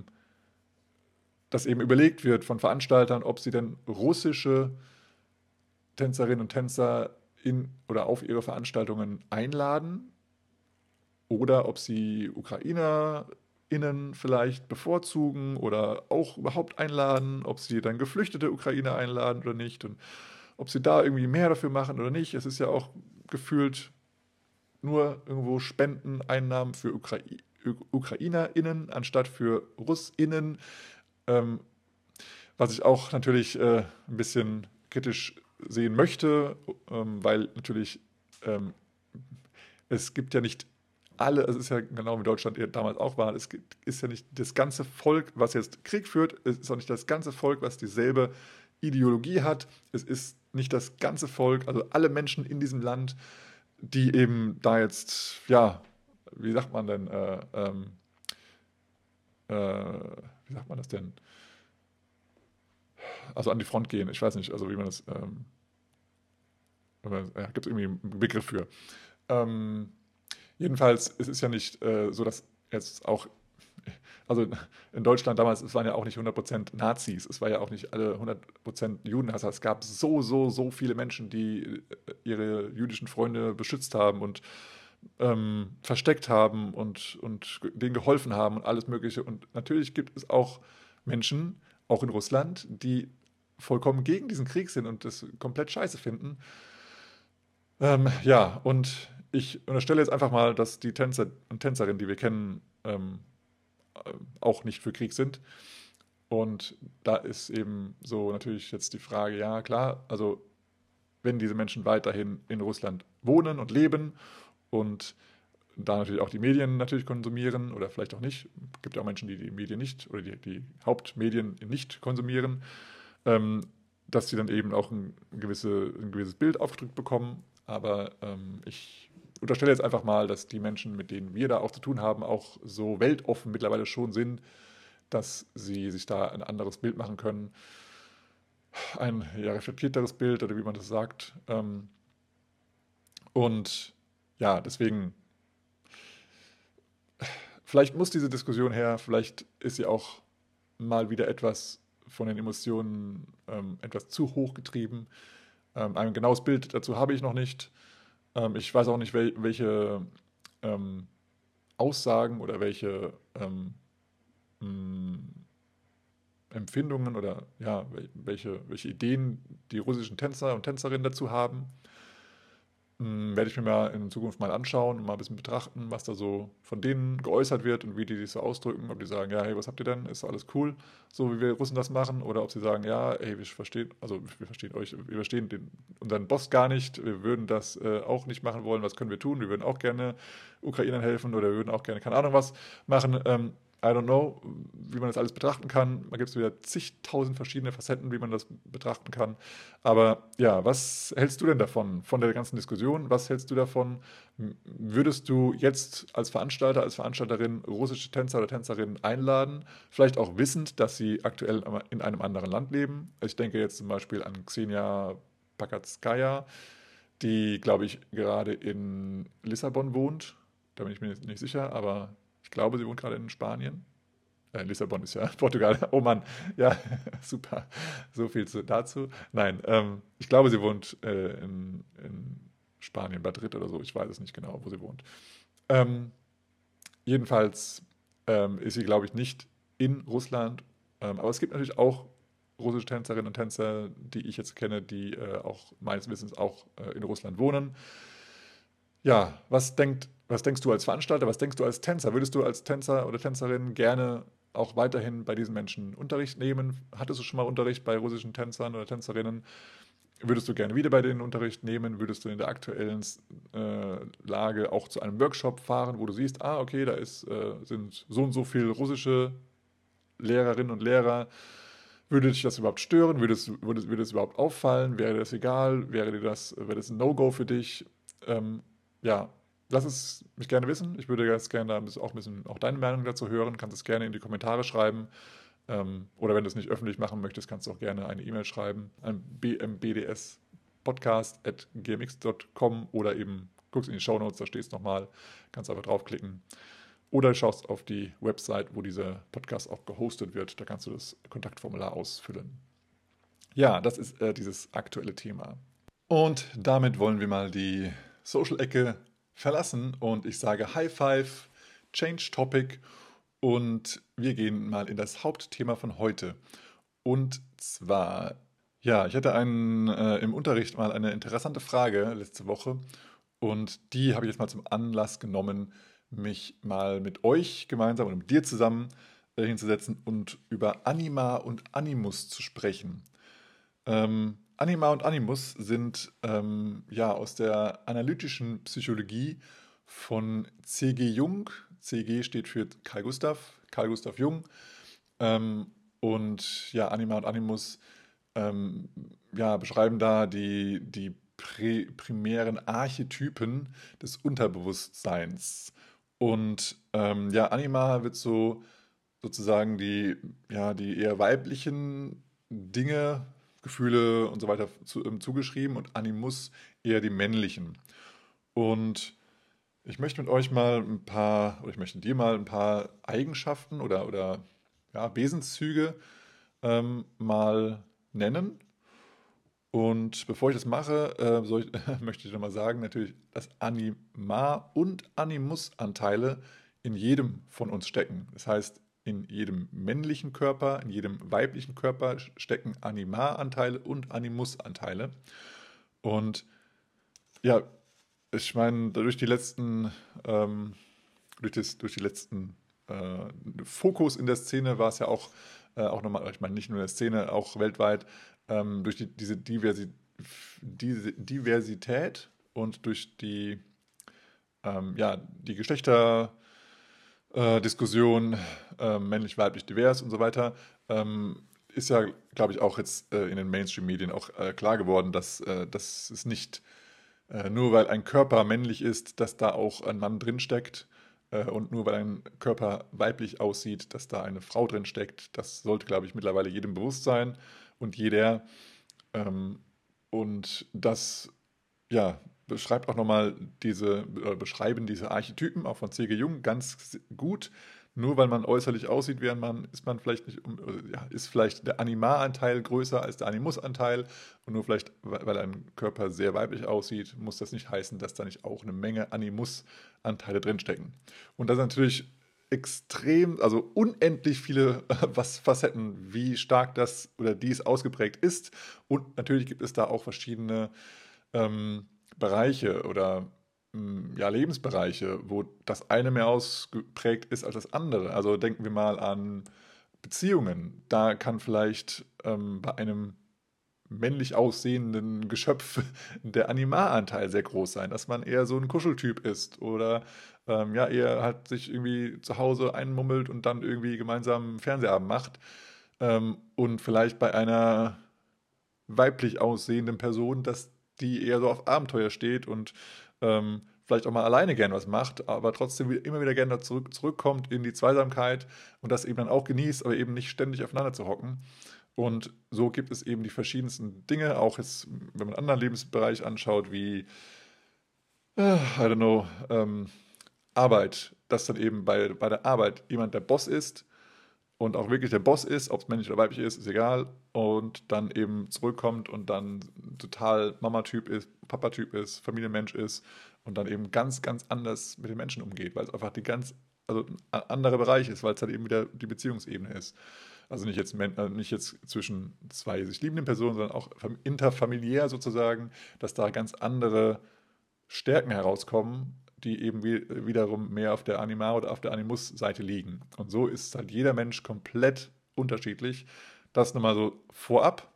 S1: dass eben überlegt wird von Veranstaltern, ob sie denn russische Tänzerinnen und Tänzer in oder auf ihre Veranstaltungen einladen oder ob sie UkrainerInnen vielleicht bevorzugen oder auch überhaupt einladen, ob sie dann geflüchtete Ukrainer einladen oder nicht und ob sie da irgendwie mehr dafür machen oder nicht. Es ist ja auch gefühlt nur irgendwo Spenden, Einnahmen für Ukra UkrainerInnen anstatt für RussInnen, ähm, was ich auch natürlich äh, ein bisschen kritisch sehen möchte, ähm, weil natürlich ähm, es gibt ja nicht alle, es ist ja genau wie Deutschland damals auch war, es ist ja nicht das ganze Volk, was jetzt Krieg führt, es ist auch nicht das ganze Volk, was dieselbe Ideologie hat, es ist nicht das ganze Volk, also alle Menschen in diesem Land, die eben da jetzt, ja, wie sagt man denn, äh, ähm, äh, wie sagt man das denn, also an die Front gehen, ich weiß nicht, also wie man das, ähm, ja, gibt es irgendwie einen Begriff für. Ähm, Jedenfalls, es ist ja nicht äh, so, dass jetzt auch, also in Deutschland damals, es waren ja auch nicht hundert Prozent Nazis, es war ja auch nicht alle hundert Prozent Judenhasser, es gab so, so, so viele Menschen, die äh, ihre jüdischen Freunde beschützt haben und ähm, versteckt haben und, und denen geholfen haben und alles Mögliche. Und natürlich gibt es auch Menschen, auch in Russland, die vollkommen gegen diesen Krieg sind und das komplett scheiße finden. Ähm, ja, und ich unterstelle jetzt einfach mal, dass die Tänzer und Tänzerinnen, die wir kennen, ähm, äh, auch nicht für Krieg sind. Und da ist eben so natürlich jetzt die Frage, ja klar, also wenn diese Menschen weiterhin in Russland wohnen und leben und da natürlich auch die Medien natürlich konsumieren oder vielleicht auch nicht. Es gibt ja auch Menschen, die die Medien nicht oder die, die Hauptmedien nicht konsumieren, ähm, dass sie dann eben auch ein, gewisse, ein gewisses Bild aufgedrückt bekommen. Aber ähm, ich unterstelle jetzt einfach mal, dass die Menschen, mit denen wir da auch zu tun haben, auch so weltoffen mittlerweile schon sind, dass sie sich da ein anderes Bild machen können. Ein ja, reflektierteres Bild oder wie man das sagt. Ähm, und ja, deswegen vielleicht muss diese Diskussion her, vielleicht ist sie auch mal wieder etwas von den Emotionen ähm, etwas zu hoch getrieben. Ähm, ein genaues Bild dazu habe ich noch nicht. Ähm, ich weiß auch nicht, wel welche ähm, Aussagen oder welche ähm, mh, Empfindungen oder ja, welche, welche Ideen die russischen Tänzer und Tänzerinnen dazu haben. Hm, werde ich mir mal in Zukunft mal anschauen und mal ein bisschen betrachten, was da so von denen geäußert wird und wie die sich so ausdrücken. Ob die sagen, ja, hey, was habt ihr denn? Ist alles cool, so wie wir Russen das machen? Oder ob sie sagen, ja, hey, wir verstehen, also wir verstehen euch, wir verstehen den, unseren Boss gar nicht, wir würden das äh, auch nicht machen wollen, was können wir tun? Wir würden auch gerne Ukrainern helfen oder wir würden auch gerne, keine Ahnung was machen. Ähm, I don't know, wie man das alles betrachten kann. Da gibt es wieder zigtausend verschiedene Facetten, wie man das betrachten kann. Aber ja, was hältst du denn davon, von der ganzen Diskussion? Was hältst du davon? M- Würdest du jetzt als Veranstalter, als Veranstalterin russische Tänzer oder Tänzerinnen einladen? Vielleicht auch wissend, dass sie aktuell in einem anderen Land leben. Ich denke jetzt zum Beispiel an Xenia Pakatskaya, die, glaube ich, gerade in Lissabon wohnt. Da bin ich mir nicht sicher, aber ich glaube, sie wohnt gerade in Spanien. Äh, Lissabon ist ja Portugal. Oh Mann, ja, super. So viel zu, dazu. Nein, ähm, ich glaube, sie wohnt äh, in, in Spanien, Madrid oder so. Ich weiß es nicht genau, wo sie wohnt. Ähm, jedenfalls ähm, ist sie, glaube ich, nicht in Russland. Ähm, aber es gibt natürlich auch russische Tänzerinnen und Tänzer, die ich jetzt kenne, die äh, auch meines Wissens auch äh, in Russland wohnen. Ja, was denkt, was denkst du als Veranstalter, was denkst du als Tänzer? Würdest du als Tänzer oder Tänzerin gerne auch weiterhin bei diesen Menschen Unterricht nehmen? Hattest du schon mal Unterricht bei russischen Tänzern oder Tänzerinnen? Würdest du gerne wieder bei denen Unterricht nehmen? Würdest du in der aktuellen äh, Lage auch zu einem Workshop fahren, wo du siehst, ah, okay, da ist, äh, sind so und so viele russische Lehrerinnen und Lehrer. Würde dich das überhaupt stören? Würde es, würde, es- würde es überhaupt auffallen? Wäre das egal? Wäre dir das, wäre das ein No-Go für dich? Ähm, ja, lass es mich gerne wissen. Ich würde ganz gerne da ein bisschen- auch ein bisschen auch deine Meinung dazu hören. Kannst es gerne in die Kommentare schreiben. Ähm, oder wenn du es nicht öffentlich machen möchtest, kannst du auch gerne eine E-Mail schreiben an b m b d s podcast at gmx punkt com oder eben guckst in die Shownotes, da steht es nochmal. Kannst einfach draufklicken. Oder du schaust auf die Website, wo dieser Podcast auch gehostet wird. Da kannst du das Kontaktformular ausfüllen. Ja, das ist äh, dieses aktuelle Thema. Und damit wollen wir mal die Social-Ecke verlassen und ich sage High Five, Change Topic und wir gehen mal in das Hauptthema von heute. Und zwar, ja, ich hatte einen, äh, im Unterricht mal eine interessante Frage letzte Woche und die habe ich jetzt mal zum Anlass genommen, mich mal mit euch gemeinsam oder mit dir zusammen äh, hinzusetzen und über Anima und Animus zu sprechen. Ähm, Anima und Animus sind ähm, ja aus der analytischen Psychologie von C G. Jung. C G steht für Carl Gustav, Carl Gustav Jung. Ähm, und ja, Anima und Animus ähm, ja, beschreiben da die, die prä primären Archetypen des Unterbewusstseins. Und ähm, ja, Anima wird so sozusagen die, ja, die eher weiblichen Dinge, Gefühle und so weiter zu, ähm, zugeschrieben und Animus eher die männlichen. Und ich möchte mit euch mal ein paar, oder ich möchte dir mal ein paar Eigenschaften oder, oder ja, Wesenszüge ähm, mal nennen. Und bevor ich das mache, äh, soll ich, möchte ich nochmal sagen, natürlich, dass Anima- und Animus-Anteile in jedem von uns stecken. Das heißt, in jedem männlichen Körper, in jedem weiblichen Körper stecken Anima-Anteile und Animus-Anteile. Und ja, ich meine, durch die letzten, ähm, durch, das, durch die letzten äh, Fokus in der Szene war es ja auch, äh, auch nochmal, ich meine nicht nur in der Szene, auch weltweit, ähm, durch die, diese, Diversi diese Diversität und durch die, ähm, ja, die Geschlechter äh, Diskussion, äh, männlich, weiblich, divers und so weiter, ähm, ist ja, glaube ich, auch jetzt äh, in den Mainstream-Medien auch äh, klar geworden, dass, äh, dass es nicht äh, nur weil ein Körper männlich ist, dass da auch ein Mann drinsteckt äh, und nur weil ein Körper weiblich aussieht, dass da eine Frau drinsteckt. Das sollte, glaube ich, mittlerweile jedem bewusst sein und jeder. Ähm, und das ja, beschreibt auch nochmal diese, äh, beschreiben diese Archetypen, auch von C G. Jung, ganz gut. Nur weil man äußerlich aussieht wie ein Mann, ist man vielleicht nicht, um- äh, ja, ist vielleicht der Anima-Anteil größer als der Animus-Anteil. Und nur vielleicht, weil weil ein Körper sehr weiblich aussieht, muss das nicht heißen, dass da nicht auch eine Menge Animus-Anteile drinstecken. Und das sind natürlich extrem, also unendlich viele äh, was Facetten, wie stark das oder dies ausgeprägt ist. Und natürlich gibt es da auch verschiedene ähm, Bereiche oder mm, ja, Lebensbereiche, wo das eine mehr ausgeprägt ist als das andere. Also denken wir mal an Beziehungen. Da kann vielleicht ähm, bei einem männlich aussehenden Geschöpf der Animalanteil sehr groß sein, dass man eher so ein Kuscheltyp ist oder ähm, ja, eher halt sich irgendwie zu Hause einmummelt und dann irgendwie gemeinsam einen Fernsehabend macht. Ähm, und vielleicht bei einer weiblich aussehenden Person, dass die eher so auf Abenteuer steht und ähm, vielleicht auch mal alleine gern was macht, aber trotzdem wieder, immer wieder gerne zurück, zurückkommt in die Zweisamkeit und das eben dann auch genießt, aber eben nicht ständig aufeinander zu hocken. Und so gibt es eben die verschiedensten Dinge, auch jetzt, wenn man einen anderen Lebensbereich anschaut, wie, äh, I don't know, ähm, Arbeit, dass dann eben bei, bei der Arbeit jemand der Boss ist und auch wirklich der Boss ist, ob es männlich oder weiblich ist, ist egal. Und dann eben zurückkommt und dann total Mama-Typ ist, Papa-Typ ist, Familienmensch ist und dann eben ganz, ganz anders mit den Menschen umgeht, weil es einfach die ganz, also ein anderer Bereich ist, weil es halt eben wieder die Beziehungsebene ist. Also nicht jetzt, men- äh, nicht jetzt zwischen zwei sich liebenden Personen, sondern auch fam- interfamiliär sozusagen, dass da ganz andere Stärken herauskommen, die eben wi- wiederum mehr auf der Anima- oder auf der Animus-Seite liegen. Und so ist halt jeder Mensch komplett unterschiedlich. Das nochmal so vorab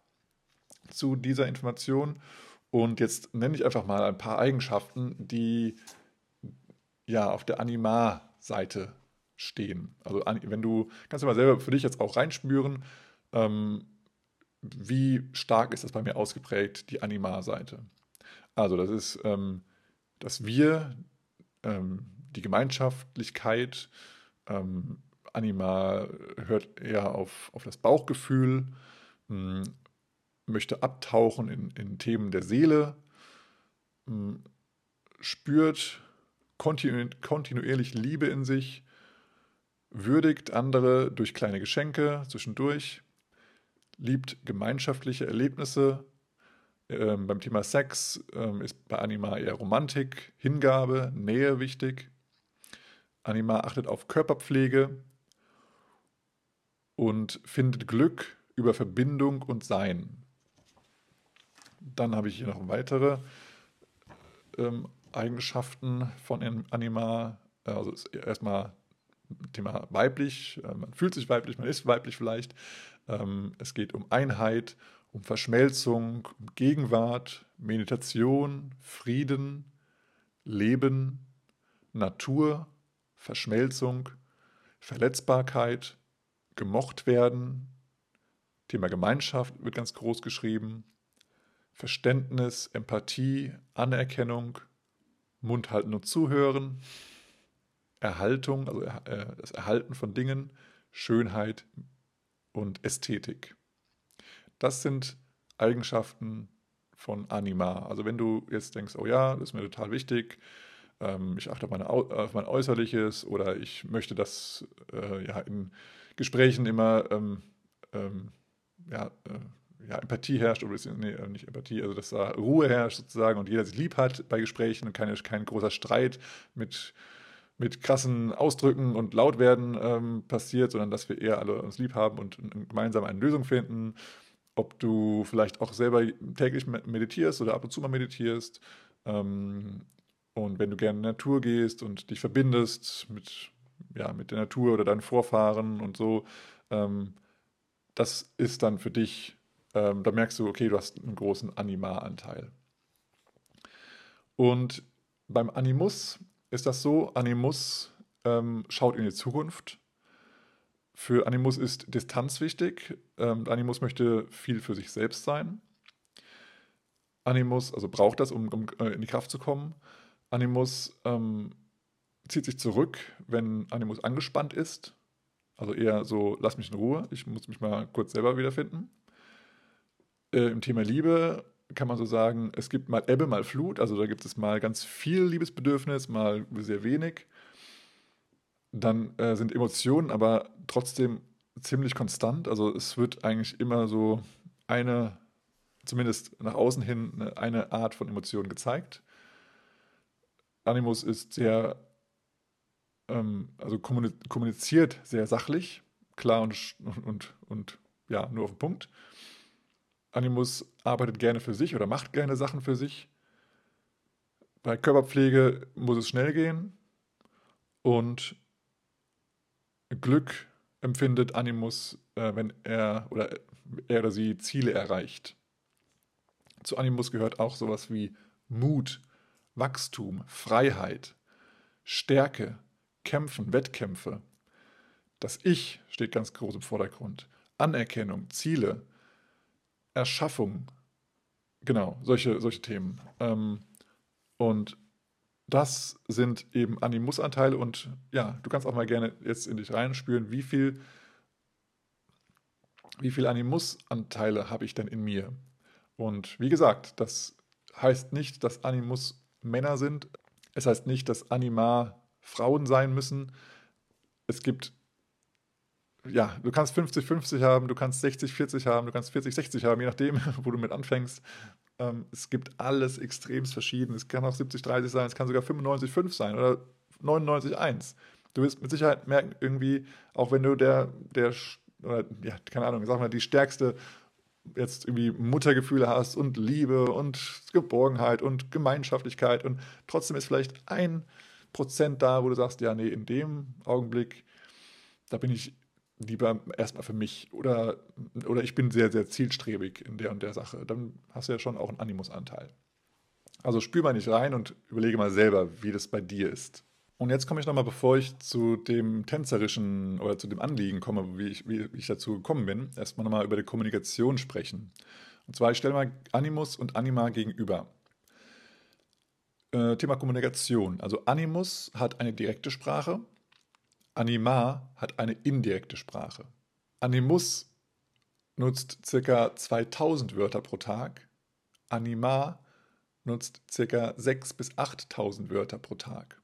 S1: zu dieser Information. Und jetzt nenne ich einfach mal ein paar Eigenschaften, die ja auf der Anima-Seite stehen. Also an- wenn du, kannst du mal selber für dich jetzt auch reinspüren, ähm, wie stark ist das bei mir ausgeprägt, die Anima-Seite. Also das ist ähm, das Wir, ähm, die Gemeinschaftlichkeit. Ähm, Anima hört eher auf, auf das Bauchgefühl, mh, möchte abtauchen in, in Themen der Seele, mh, spürt kontinu kontinuierlich Liebe in sich, würdigt andere durch kleine Geschenke zwischendurch, liebt gemeinschaftliche Erlebnisse. Ähm, beim Thema Sex ähm, ist bei Anima eher Romantik, Hingabe, Nähe wichtig. Anima achtet auf Körperpflege und findet Glück über Verbindung und Sein. Dann habe ich hier noch weitere ähm, Eigenschaften von Anima. Also ist erstmal Thema weiblich. Äh, man fühlt sich weiblich, man ist weiblich vielleicht. Ähm, es geht um Einheit, um Verschmelzung, um Gegenwart, Meditation, Frieden, Leben, Natur, Verschmelzung, Verletzbarkeit, gemocht werden. Thema Gemeinschaft wird ganz groß geschrieben. Verständnis, Empathie, Anerkennung, Mund halten und zuhören, Erhaltung, also äh, das Erhalten von Dingen, Schönheit und Ästhetik. Das sind Eigenschaften von Anima. Also wenn du jetzt denkst, oh ja, das ist mir total wichtig, ähm, ich achte auf, meine, auf mein Äußerliches oder ich möchte, dass äh, ja, in Gesprächen immer ähm, ähm, ja, äh, ja, Empathie herrscht, oder nee, nicht Empathie, also dass da Ruhe herrscht sozusagen und jeder sich lieb hat bei Gesprächen und keine, kein großer Streit mit, mit krassen Ausdrücken und Lautwerden ähm, passiert, sondern dass wir eher alle uns lieb haben und gemeinsam eine Lösung finden. Ob du vielleicht auch selber täglich meditierst oder ab und zu mal meditierst. Ähm, und wenn du gerne in die Natur gehst und dich verbindest mit ja, mit der Natur oder deinen Vorfahren und so. Ähm, das ist dann für dich, ähm, da merkst du, okay, du hast einen großen Anima-Anteil. Und beim Animus ist das so, Animus ähm, schaut in die Zukunft. Für Animus ist Distanz wichtig. Ähm, Animus möchte viel für sich selbst sein. Animus, also braucht das, um, um äh, in die Kraft zu kommen. Animus ähm, zieht sich zurück, wenn Animus angespannt ist. Also eher so, lass mich in Ruhe, ich muss mich mal kurz selber wiederfinden. Äh, Im Thema Liebe kann man so sagen, es gibt mal Ebbe, mal Flut. Also da gibt es mal ganz viel Liebesbedürfnis, mal sehr wenig. Dann äh, sind Emotionen aber trotzdem ziemlich konstant. Also es wird eigentlich immer so eine, zumindest nach außen hin, eine, eine Art von Emotion gezeigt. Animus ist sehr, ähm, also kommuniziert sehr sachlich, klar und, und, und ja, nur auf den Punkt. Animus arbeitet gerne für sich oder macht gerne Sachen für sich. Bei Körperpflege muss es schnell gehen und Glück empfindet Animus, äh, wenn er oder er oder sie Ziele erreicht. Zu Animus gehört auch sowas wie Mut, Wachstum, Freiheit, Stärke, Kämpfen, Wettkämpfe. Das Ich steht ganz groß im Vordergrund. Anerkennung, Ziele, Erschaffung, genau, solche, solche Themen. Ähm, und das sind eben Animusanteile und ja, du kannst auch mal gerne jetzt in dich reinspüren, wie viel, wie viel Animusanteile habe ich denn in mir? Und wie gesagt, das heißt nicht, dass Animus Männer sind. Es heißt nicht, dass Anima Frauen sein müssen. Es gibt, ja, du kannst fünfzig fünfzig haben, du kannst sechzig vierzig haben, du kannst vierzig sechzig haben, je nachdem, wo du mit anfängst. Ähm, es gibt alles extremst verschieden. Es kann auch siebzig dreißig sein, es kann sogar fünfundneunzig fünf sein oder neunundneunzig eins. Du wirst mit Sicherheit merken, irgendwie, auch wenn du der, der, oder, ja, keine Ahnung, sag mal, die stärkste jetzt irgendwie Muttergefühle hast und Liebe und Geborgenheit und Gemeinschaftlichkeit und trotzdem ist vielleicht ein Prozent da, wo du sagst, ja, nee, in dem Augenblick, da bin ich lieber erstmal für mich oder, oder ich bin sehr, sehr zielstrebig in der und der Sache. Dann hast du ja schon auch einen Animusanteil. Also spür mal nicht rein und überlege mal selber, wie das bei dir ist. Und jetzt komme ich nochmal, bevor ich zu dem tänzerischen oder zu dem Anliegen komme, wie ich, wie ich dazu gekommen bin, erstmal nochmal über die Kommunikation sprechen. Und zwar, ich stelle mal Animus und Anima gegenüber. Äh, Thema Kommunikation. Also Animus hat eine direkte Sprache, Anima hat eine indirekte Sprache. Animus nutzt ca. zweitausend Wörter pro Tag, Anima nutzt ca. sechstausend bis achttausend Wörter pro Tag.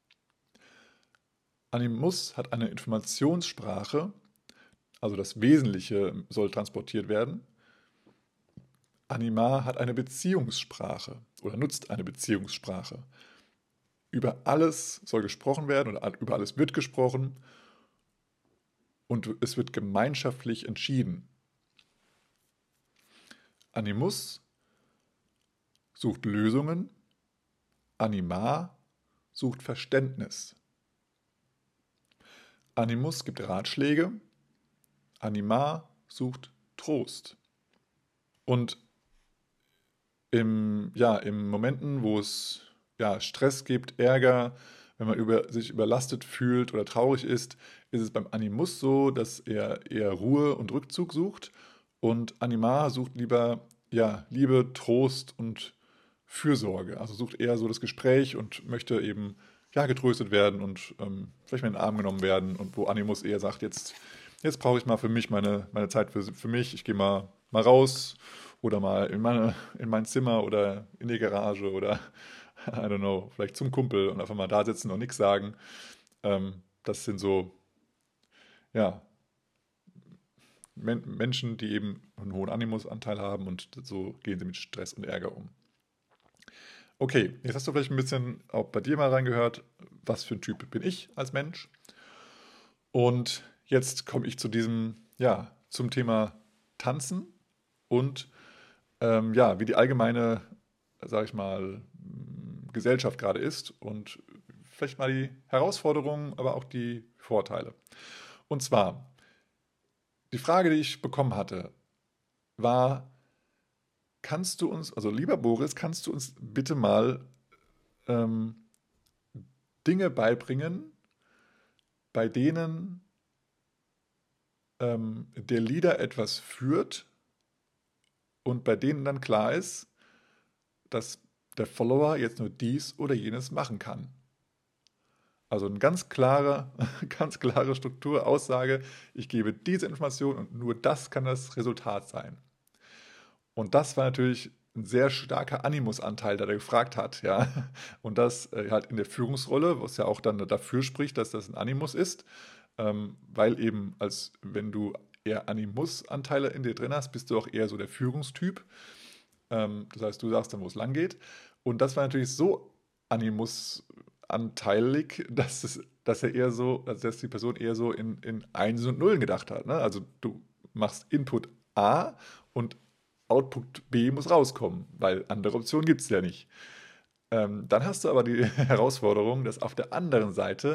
S1: Animus hat eine Informationssprache, also das Wesentliche soll transportiert werden. Anima hat eine Beziehungssprache oder nutzt eine Beziehungssprache. Über alles soll gesprochen werden oder über alles wird gesprochen und es wird gemeinschaftlich entschieden. Animus sucht Lösungen, Anima sucht Verständnis. Animus gibt Ratschläge, Anima sucht Trost. Und im, ja, in Momenten, wo es ja, Stress gibt, Ärger, wenn man über, sich überlastet fühlt oder traurig ist, ist es beim Animus so, dass er eher Ruhe und Rückzug sucht und Anima sucht lieber ja, Liebe, Trost und Fürsorge. Also sucht eher so das Gespräch und möchte eben ja, getröstet werden und ähm, vielleicht mal in den Arm genommen werden und wo Animus eher sagt, jetzt, jetzt brauche ich mal für mich meine, meine Zeit für, für mich, ich gehe mal, mal raus oder mal in, meine, in mein Zimmer oder in die Garage oder I don't know, vielleicht zum Kumpel und einfach mal da sitzen und nichts sagen. Ähm, das sind so, ja, Men Menschen, die eben einen hohen Animusanteil haben und so gehen sie mit Stress und Ärger um. Okay, jetzt hast du vielleicht ein bisschen auch bei dir mal reingehört, was für ein Typ bin ich als Mensch. Und jetzt komme ich zu diesem, ja, zum Thema Tanzen und ähm, ja, wie die allgemeine, sage ich mal, Gesellschaft gerade ist und vielleicht mal die Herausforderungen, aber auch die Vorteile. Und zwar, die Frage, die ich bekommen hatte, war, kannst du uns, also lieber Boris, kannst du uns bitte mal ähm, Dinge beibringen, bei denen ähm, der Leader etwas führt und bei denen dann klar ist, dass der Follower jetzt nur dies oder jenes machen kann. Also eine ganz klare, ganz klare Struktur, Aussage, ich gebe diese Information und nur das kann das Resultat sein. Und das war natürlich ein sehr starker Animusanteil, der da gefragt hat, ja. Und das äh, halt in der Führungsrolle, was ja auch dann dafür spricht, dass das ein Animus ist, ähm, weil eben, als wenn du eher Animusanteile in dir drin hast, bist du auch eher so der Führungstyp. Ähm, das heißt, du sagst dann, wo es lang geht. Und das war natürlich so animusanteilig, dass, es, dass er eher so, also dass die Person eher so in, in Einsen und Nullen gedacht hat. Ne? Also du machst Input A und Output B muss rauskommen, weil andere Optionen gibt es ja nicht. Ähm, dann hast du aber die Herausforderung, dass auf der anderen Seite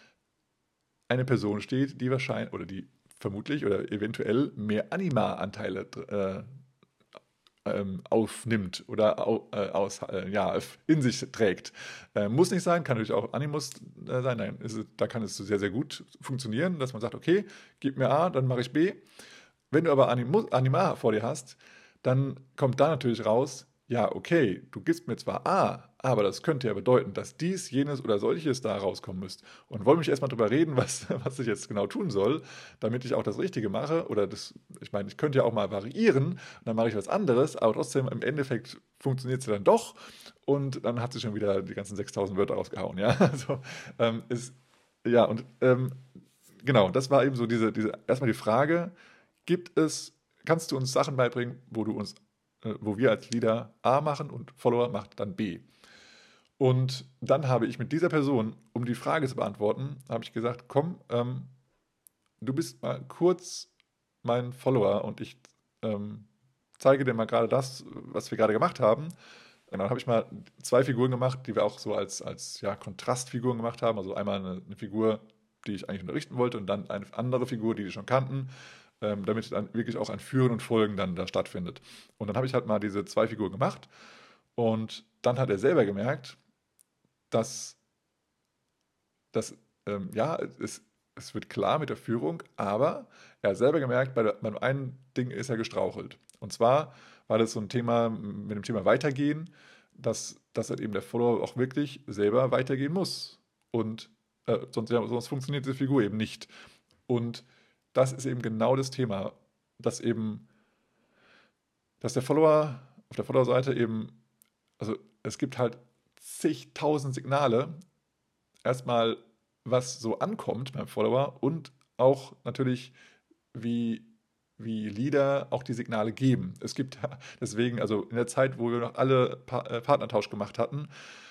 S1: eine Person steht, die wahrscheinlich oder die vermutlich oder eventuell mehr Anima-Anteile äh, ähm, aufnimmt oder au, äh, aus, äh, ja, in sich trägt. Äh, muss nicht sein, kann natürlich auch Animus äh, sein. Nein, ist, da kann es sehr, sehr gut funktionieren, dass man sagt, okay, gib mir A, dann mache ich B. Wenn du aber Animus, Anima vor dir hast, dann kommt da natürlich raus, ja, okay, du gibst mir zwar A, aber das könnte ja bedeuten, dass dies, jenes oder solches da rauskommen müsste. Und wollen mich erstmal drüber reden, was, was ich jetzt genau tun soll, damit ich auch das Richtige mache. Oder das, ich meine, ich könnte ja auch mal variieren, und dann mache ich was anderes, aber trotzdem im Endeffekt funktioniert es ja dann doch. Und dann hat sie schon wieder die ganzen sechstausend Wörter rausgehauen. Ja, also ähm, ist, ja, und ähm, genau, das war eben so diese, diese, erstmal die Frage, gibt es, kannst du uns Sachen beibringen, wo du uns, äh, wo wir als Leader A machen und Follower macht dann B. Und dann habe ich mit dieser Person, um die Frage zu beantworten, habe ich gesagt, komm, ähm, du bist mal kurz mein Follower und ich ähm, zeige dir mal gerade das, was wir gerade gemacht haben. Und dann habe ich mal zwei Figuren gemacht, die wir auch so als, als ja, Kontrastfiguren gemacht haben. Also einmal eine, eine Figur, die ich eigentlich unterrichten wollte und dann eine andere Figur, die die schon kannten, ähm, damit dann wirklich auch ein Führen und Folgen dann da stattfindet. Und dann habe ich halt mal diese zwei Figuren gemacht und dann hat er selber gemerkt, dass das, ähm, ja, es, es wird klar mit der Führung, aber er hat selber gemerkt, bei der, beim einen Ding ist er gestrauchelt. Und zwar war das so ein Thema mit dem Thema Weitergehen, dass, dass halt eben der Follower auch wirklich selber weitergehen muss. Und äh, sonst, ja, sonst funktioniert diese Figur eben nicht. Und das ist eben genau das Thema, dass eben, dass der Follower auf der Follower-Seite eben, also es gibt halt zigtausend Signale, erstmal, was so ankommt beim Follower und auch natürlich, wie, wie Leader auch die Signale geben. Es gibt deswegen, also in der Zeit, wo wir noch alle pa äh, Partnertausch gemacht hatten,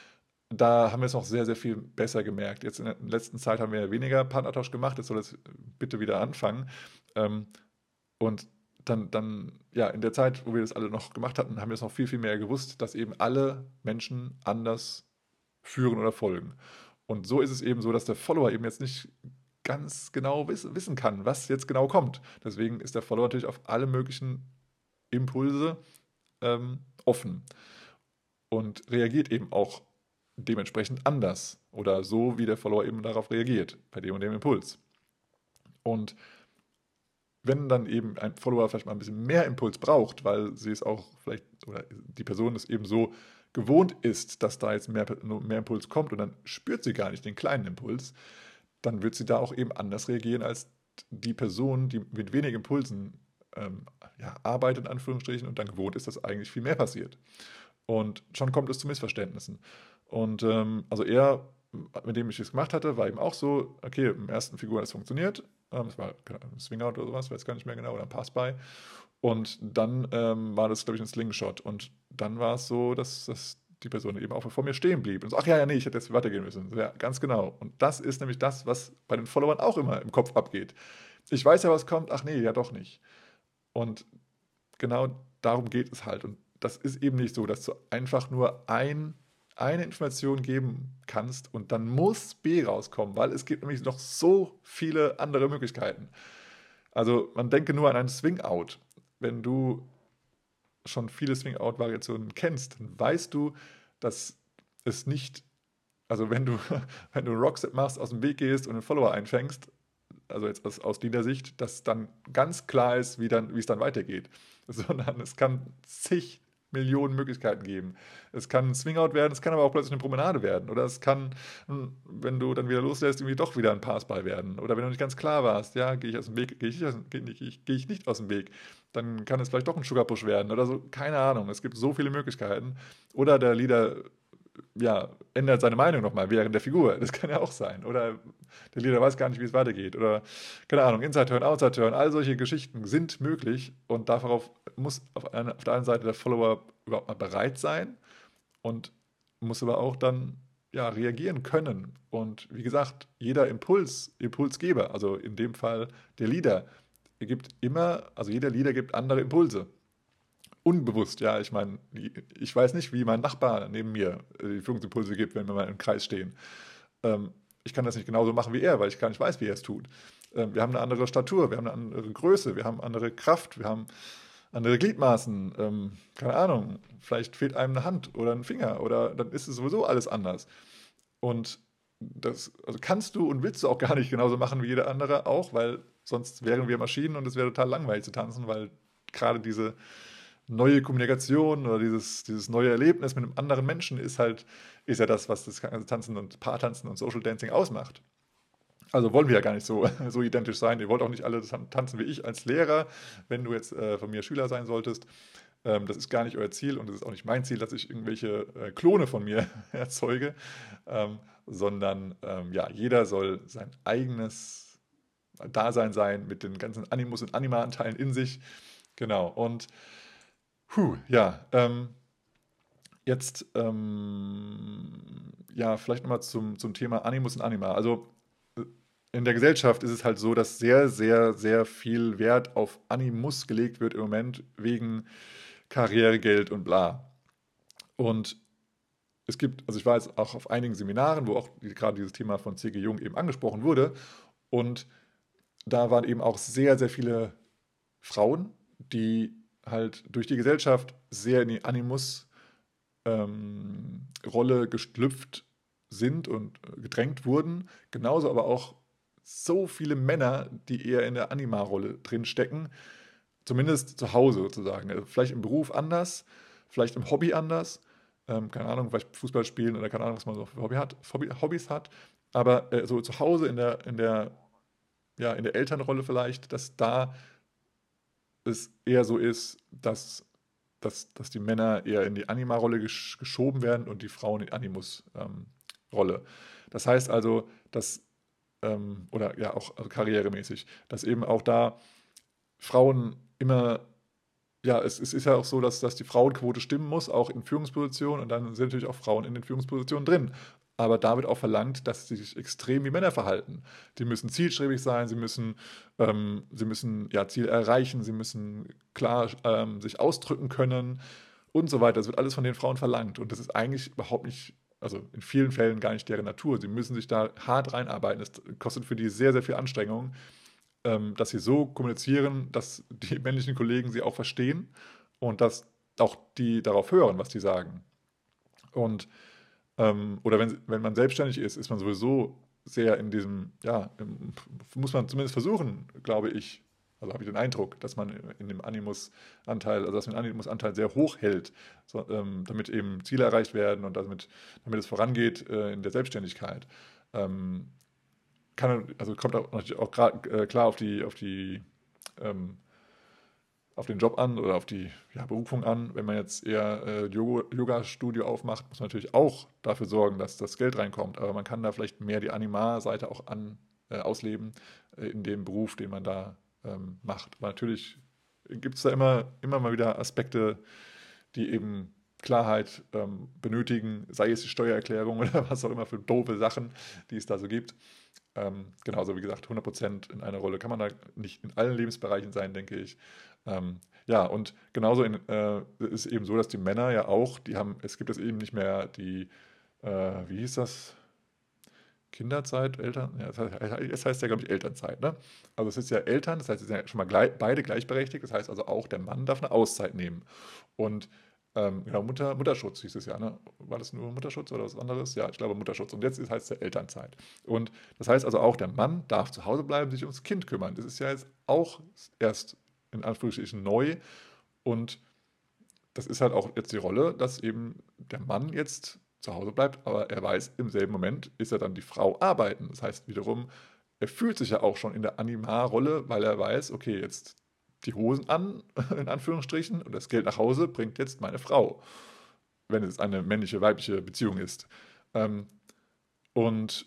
S1: da haben wir es noch sehr, sehr viel besser gemerkt. Jetzt in der letzten Zeit haben wir weniger Partnertausch gemacht, jetzt soll es bitte wieder anfangen. Ähm, und dann, dann, ja, in der Zeit, wo wir das alle noch gemacht hatten, haben wir es noch viel, viel mehr gewusst, dass eben alle Menschen anders führen oder folgen. Und so ist es eben so, dass der Follower eben jetzt nicht ganz genau wiss, wissen kann, was jetzt genau kommt. Deswegen ist der Follower natürlich auf alle möglichen Impulse ähm, offen und reagiert eben auch dementsprechend anders oder so, wie der Follower eben darauf reagiert, bei dem und dem Impuls. Und wenn dann eben ein Follower vielleicht mal ein bisschen mehr Impuls braucht, weil sie es auch vielleicht, oder die Person es eben so gewohnt ist, dass da jetzt mehr, mehr Impuls kommt und dann spürt sie gar nicht den kleinen Impuls, dann wird sie da auch eben anders reagieren als die Person, die mit wenig Impulsen ähm, ja, arbeitet, in Anführungsstrichen, und dann gewohnt ist, dass eigentlich viel mehr passiert. Und schon kommt es zu Missverständnissen. Und ähm, also er, mit dem ich es gemacht hatte, war eben auch so, okay, im ersten Figur hat es funktioniert. Ähm, es war ein Swing-Out oder sowas, weiß gar nicht mehr genau, oder ein Pass-By. Und dann ähm, war das, glaube ich, ein Slingshot. Und dann war es so, dass, dass die Person eben auch vor mir stehen blieb. Und so, ach ja, ja, nee, ich hätte jetzt weitergehen müssen. So, ja, ganz genau. Und das ist nämlich das, was bei den Followern auch immer im Kopf abgeht. Ich weiß ja, was kommt, ach nee, ja doch nicht. Und genau darum geht es halt. Und das ist eben nicht so, dass du einfach nur ein, eine Information geben kannst und dann muss B rauskommen, weil es gibt nämlich noch so viele andere Möglichkeiten. Also man denke nur an einen Swing-Out. Wenn du schon viele Swing-Out-Variationen kennst, dann weißt du, dass es nicht, also wenn du, wenn du ein Rockset machst, aus dem Weg gehst und einen Follower einfängst, also jetzt aus, aus Leader-Sicht, dass dann ganz klar ist, wie, dann, wie es dann weitergeht. Sondern es kann zig Millionen Möglichkeiten geben. Es kann ein Swing-Out werden, es kann aber auch plötzlich eine Promenade werden. Oder es kann, wenn du dann wieder loslässt, irgendwie doch wieder ein Passball werden. Oder wenn du nicht ganz klar warst, ja, gehe ich aus dem Weg, gehe ich, geh ich, geh ich nicht aus dem Weg, dann kann es vielleicht doch ein Sugarpush werden oder so. Keine Ahnung. Es gibt so viele Möglichkeiten. Oder der Leader ja, ändert seine Meinung nochmal während der Figur. Das kann ja auch sein. Oder der Leader weiß gar nicht, wie es weitergeht. Oder, keine Ahnung, Inside-Turn, Outside-Turn. All solche Geschichten sind möglich. Und darauf muss auf, eine, auf der einen Seite der Follower überhaupt mal bereit sein und muss aber auch dann ja, reagieren können. Und wie gesagt, jeder Impuls, Impulsgeber, also in dem Fall der Leader, gibt immer, also jeder Leader gibt andere Impulse. Unbewusst, ja. Ich meine, ich weiß nicht, wie mein Nachbar neben mir äh, die Führungsimpulse gibt, wenn wir mal im Kreis stehen. Ähm, ich kann das nicht genauso machen wie er, weil ich gar nicht weiß, wie er es tut. Ähm, wir haben eine andere Statur, wir haben eine andere Größe, wir haben andere Kraft, wir haben andere Gliedmaßen. Ähm, keine Ahnung, vielleicht fehlt einem eine Hand oder ein Finger oder dann ist es sowieso alles anders. Und das also kannst du und willst du auch gar nicht genauso machen wie jeder andere auch, weil sonst wären wir Maschinen und es wäre total langweilig zu tanzen, weil gerade diese neue Kommunikation oder dieses, dieses neue Erlebnis mit einem anderen Menschen ist halt, ist ja das, was das ganze Tanzen und Paartanzen und Social Dancing ausmacht. Also wollen wir ja gar nicht so, so identisch sein. Ihr wollt auch nicht alle tanzen wie ich als Lehrer, wenn du jetzt äh, von mir Schüler sein solltest. Ähm, das ist gar nicht euer Ziel und es ist auch nicht mein Ziel, dass ich irgendwelche äh, Klone von mir erzeuge, ähm, sondern ähm, ja, jeder soll sein eigenes Dasein sein mit den ganzen Animus- und Anima-Anteilen in sich. Genau. Und puh, ja, ähm, jetzt ähm, ja, vielleicht nochmal zum, zum Thema Animus und Anima. Also äh, in der Gesellschaft ist es halt so, dass sehr, sehr, sehr viel Wert auf Animus gelegt wird im Moment wegen Karriere, Geld und bla. Und es gibt, also ich war jetzt auch auf einigen Seminaren, wo auch die, gerade dieses Thema von C G. Jung eben angesprochen wurde. Und da waren eben auch sehr, sehr viele Frauen, die halt durch die Gesellschaft sehr in die Animus ähm, Rolle geschlüpft sind und äh, gedrängt wurden. Genauso aber auch so viele Männer, die eher in der Anima-Rolle drin stecken, zumindest zu Hause sozusagen. Also vielleicht im Beruf anders, vielleicht im Hobby anders. Ähm, keine Ahnung, vielleicht Fußball spielen oder keine Ahnung, was man so für Hobby hat, Hobby, Hobbys hat. Aber äh, so zu Hause in der, in der, ja, in der Elternrolle vielleicht, dass da es eher so ist, dass, dass, dass die Männer eher in die Anima-Rolle gesch geschoben werden und die Frauen in die Animus-Rolle. Ähm, das heißt also, dass, ähm, oder ja auch also karrieremäßig, dass eben auch da Frauen immer, ja, es, es ist ja auch so, dass, dass die Frauenquote stimmen muss, auch in Führungspositionen und dann sind natürlich auch Frauen in den Führungspositionen drin. Aber da wird auch verlangt, dass sie sich extrem wie Männer verhalten. Die müssen zielstrebig sein, sie müssen, ähm, sie müssen ja, Ziele erreichen, sie müssen klar ähm, sich ausdrücken können und so weiter. Das wird alles von den Frauen verlangt. Und das ist eigentlich überhaupt nicht, also in vielen Fällen gar nicht deren Natur. Sie müssen sich da hart reinarbeiten. Es kostet für die sehr, sehr viel Anstrengung, ähm, dass sie so kommunizieren, dass die männlichen Kollegen sie auch verstehen und dass auch die darauf hören, was die sagen. Und ähm, oder wenn, wenn man selbstständig ist, ist man sowieso sehr in diesem, ja, im, muss man zumindest versuchen, glaube ich, also habe ich den Eindruck, dass man in dem Animus-Anteil, also dass man den Animus-Anteil sehr hoch hält, so, ähm, damit eben Ziele erreicht werden und damit, damit es vorangeht äh, in der Selbstständigkeit. Ähm, kann, also kommt auch natürlich auch grad, äh, klar auf die, auf die ähm, auf den Job an oder auf die ja, Berufung an. Wenn man jetzt eher äh, Yoga-Studio aufmacht, muss man natürlich auch dafür sorgen, dass das Geld reinkommt. Aber man kann da vielleicht mehr die Anima-Seite auch an, äh, ausleben äh, in dem Beruf, den man da ähm, macht. Aber natürlich gibt es da immer, immer mal wieder Aspekte, die eben Klarheit ähm, benötigen, sei es die Steuererklärung oder was auch immer für doofe Sachen, die es da so gibt. Ähm, genauso wie gesagt, hundert Prozent in einer Rolle kann man da nicht in allen Lebensbereichen sein, denke ich. Ähm, Ja, und genauso in, äh, ist eben so, dass die Männer ja auch, die haben, es gibt jetzt eben nicht mehr die, äh, wie hieß das? Kinderzeit, Eltern, ja, das heißt, es heißt ja, glaube ich, Elternzeit, ne? Also es ist ja Eltern, das heißt, es sind ja schon mal gleich, beide gleichberechtigt, das heißt also auch der Mann darf eine Auszeit nehmen. Und ähm, genau, Mutter, Mutterschutz hieß es ja, ne? War das nur Mutterschutz oder was anderes? Ja, ich glaube Mutterschutz. Und jetzt ist, heißt es ja Elternzeit. Und das heißt also auch, der Mann darf zu Hause bleiben, sich ums Kind kümmern. Das ist ja jetzt auch erst in Anführungsstrichen neu. Und das ist halt auch jetzt die Rolle, dass eben der Mann jetzt zu Hause bleibt, aber er weiß, im selben Moment ist er dann die Frau arbeiten. Das heißt wiederum, er fühlt sich ja auch schon in der Animar-Rolle, weil er weiß, okay, jetzt die Hosen an, in Anführungsstrichen, und das Geld nach Hause bringt jetzt meine Frau, wenn es eine männliche, weibliche Beziehung ist. Ähm, und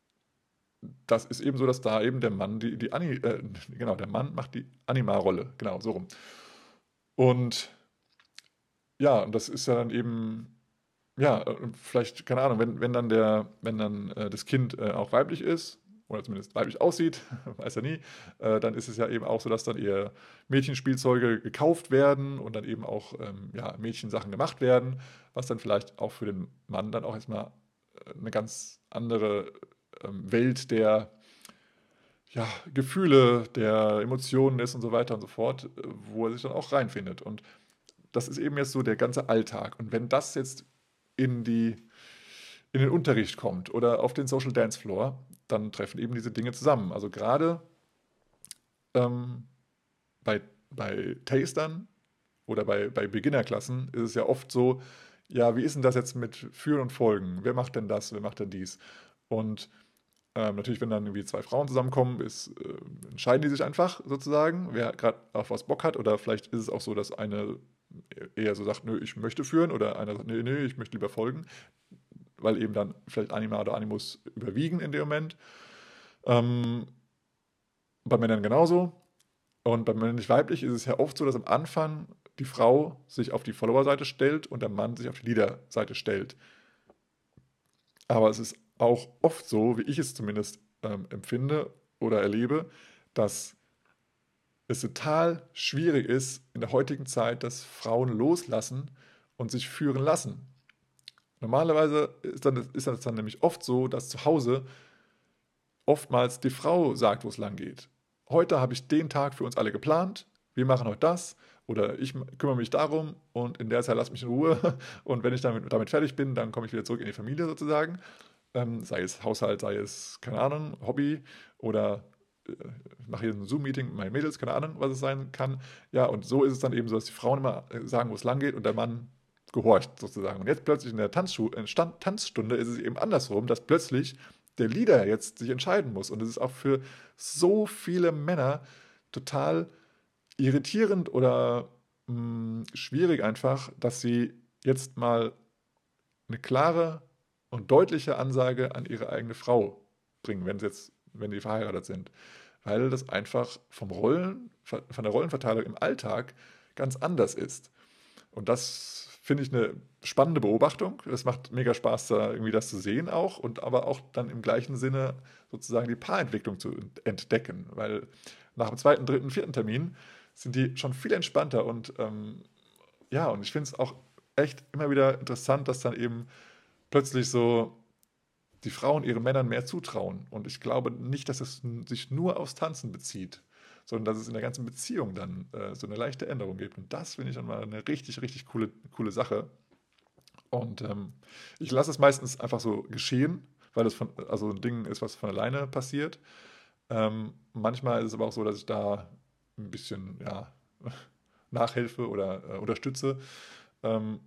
S1: das ist eben so, dass da eben der Mann die, die Ani, äh, genau, der Mann macht die Anima-Rolle, genau, so rum. Und ja, und das ist ja dann eben, ja, äh, vielleicht, keine Ahnung, wenn, wenn dann der, wenn dann äh, das Kind äh, auch weiblich ist, oder zumindest weiblich aussieht, weiß er nie, äh, dann ist es ja eben auch so, dass dann eher Mädchenspielzeuge gekauft werden und dann eben auch ähm, ja, Mädchensachen gemacht werden, was dann vielleicht auch für den Mann dann auch erstmal äh, eine ganz andere ähm, Welt der ja, Gefühle, der Emotionen ist und so weiter und so fort, äh, wo er sich dann auch reinfindet. Und das ist eben jetzt so der ganze Alltag. Und wenn das jetzt in die, in den Unterricht kommt oder auf den Social Dance Floor, dann treffen eben diese Dinge zusammen. Also gerade ähm, bei, bei Tastern oder bei, bei Beginnerklassen ist es ja oft so, ja, wie ist denn das jetzt mit Führen und Folgen? Wer macht denn das? Wer macht denn dies? Und ähm, natürlich, wenn dann irgendwie zwei Frauen zusammenkommen, ist, äh, entscheiden die sich einfach sozusagen, wer gerade auf was Bock hat. Oder vielleicht ist es auch so, dass eine eher so sagt, nö, ich möchte führen, oder einer sagt, nee, nee, ich möchte lieber folgen, weil eben dann vielleicht Anima oder Animus überwiegen in dem Moment. Ähm, bei Männern genauso. Und bei männlich-weiblich ist es ja oft so, dass am Anfang die Frau sich auf die Follower-Seite stellt und der Mann sich auf die Leader-Seite stellt. Aber es ist auch oft so, wie ich es zumindest ähm, empfinde oder erlebe, dass es total schwierig ist in der heutigen Zeit, dass Frauen loslassen und sich führen lassen. Normalerweise ist, dann, ist das dann nämlich oft so, dass zu Hause oftmals die Frau sagt, wo es lang geht. Heute habe ich den Tag für uns alle geplant, wir machen heute das oder ich kümmere mich darum und in der Zeit lass mich in Ruhe und wenn ich damit, damit fertig bin, dann komme ich wieder zurück in die Familie sozusagen. Ähm, sei es Haushalt, sei es, keine Ahnung, Hobby oder äh, mache hier ein Zoom-Meeting mit meinen Mädels, keine Ahnung, was es sein kann. Ja, und so ist es dann eben so, dass die Frauen immer äh, sagen, wo es lang geht und der Mann gehorcht sozusagen. Und jetzt plötzlich in der Tanzschu äh, Stand Tanzstunde ist es eben andersrum, dass plötzlich der Leader jetzt sich entscheiden muss. Und es ist auch für so viele Männer total irritierend oder mh, schwierig einfach, dass sie jetzt mal eine klare und deutliche Ansage an ihre eigene Frau bringen, wenn sie jetzt, wenn die verheiratet sind. Weil das einfach vom Rollen, von der Rollenverteilung im Alltag ganz anders ist. Und das finde ich eine spannende Beobachtung. Es macht mega Spaß, da irgendwie das zu sehen auch und aber auch dann im gleichen Sinne sozusagen die Paarentwicklung zu entdecken. Weil nach dem zweiten, dritten, vierten Termin sind die schon viel entspannter und ähm, ja, und ich finde es auch echt immer wieder interessant, dass dann eben plötzlich so die Frauen ihren Männern mehr zutrauen. Und ich glaube nicht, dass es sich nur aufs Tanzen bezieht, sondern dass es in der ganzen Beziehung dann äh, so eine leichte Änderung gibt. Und das finde ich dann mal eine richtig, richtig coole, coole Sache. Und ähm, ich lasse es meistens einfach so geschehen, weil es von, also ein Ding ist, was von alleine passiert. Ähm, manchmal ist es aber auch so, dass ich da ein bisschen ja, nachhelfe oder äh, unterstütze. Ähm,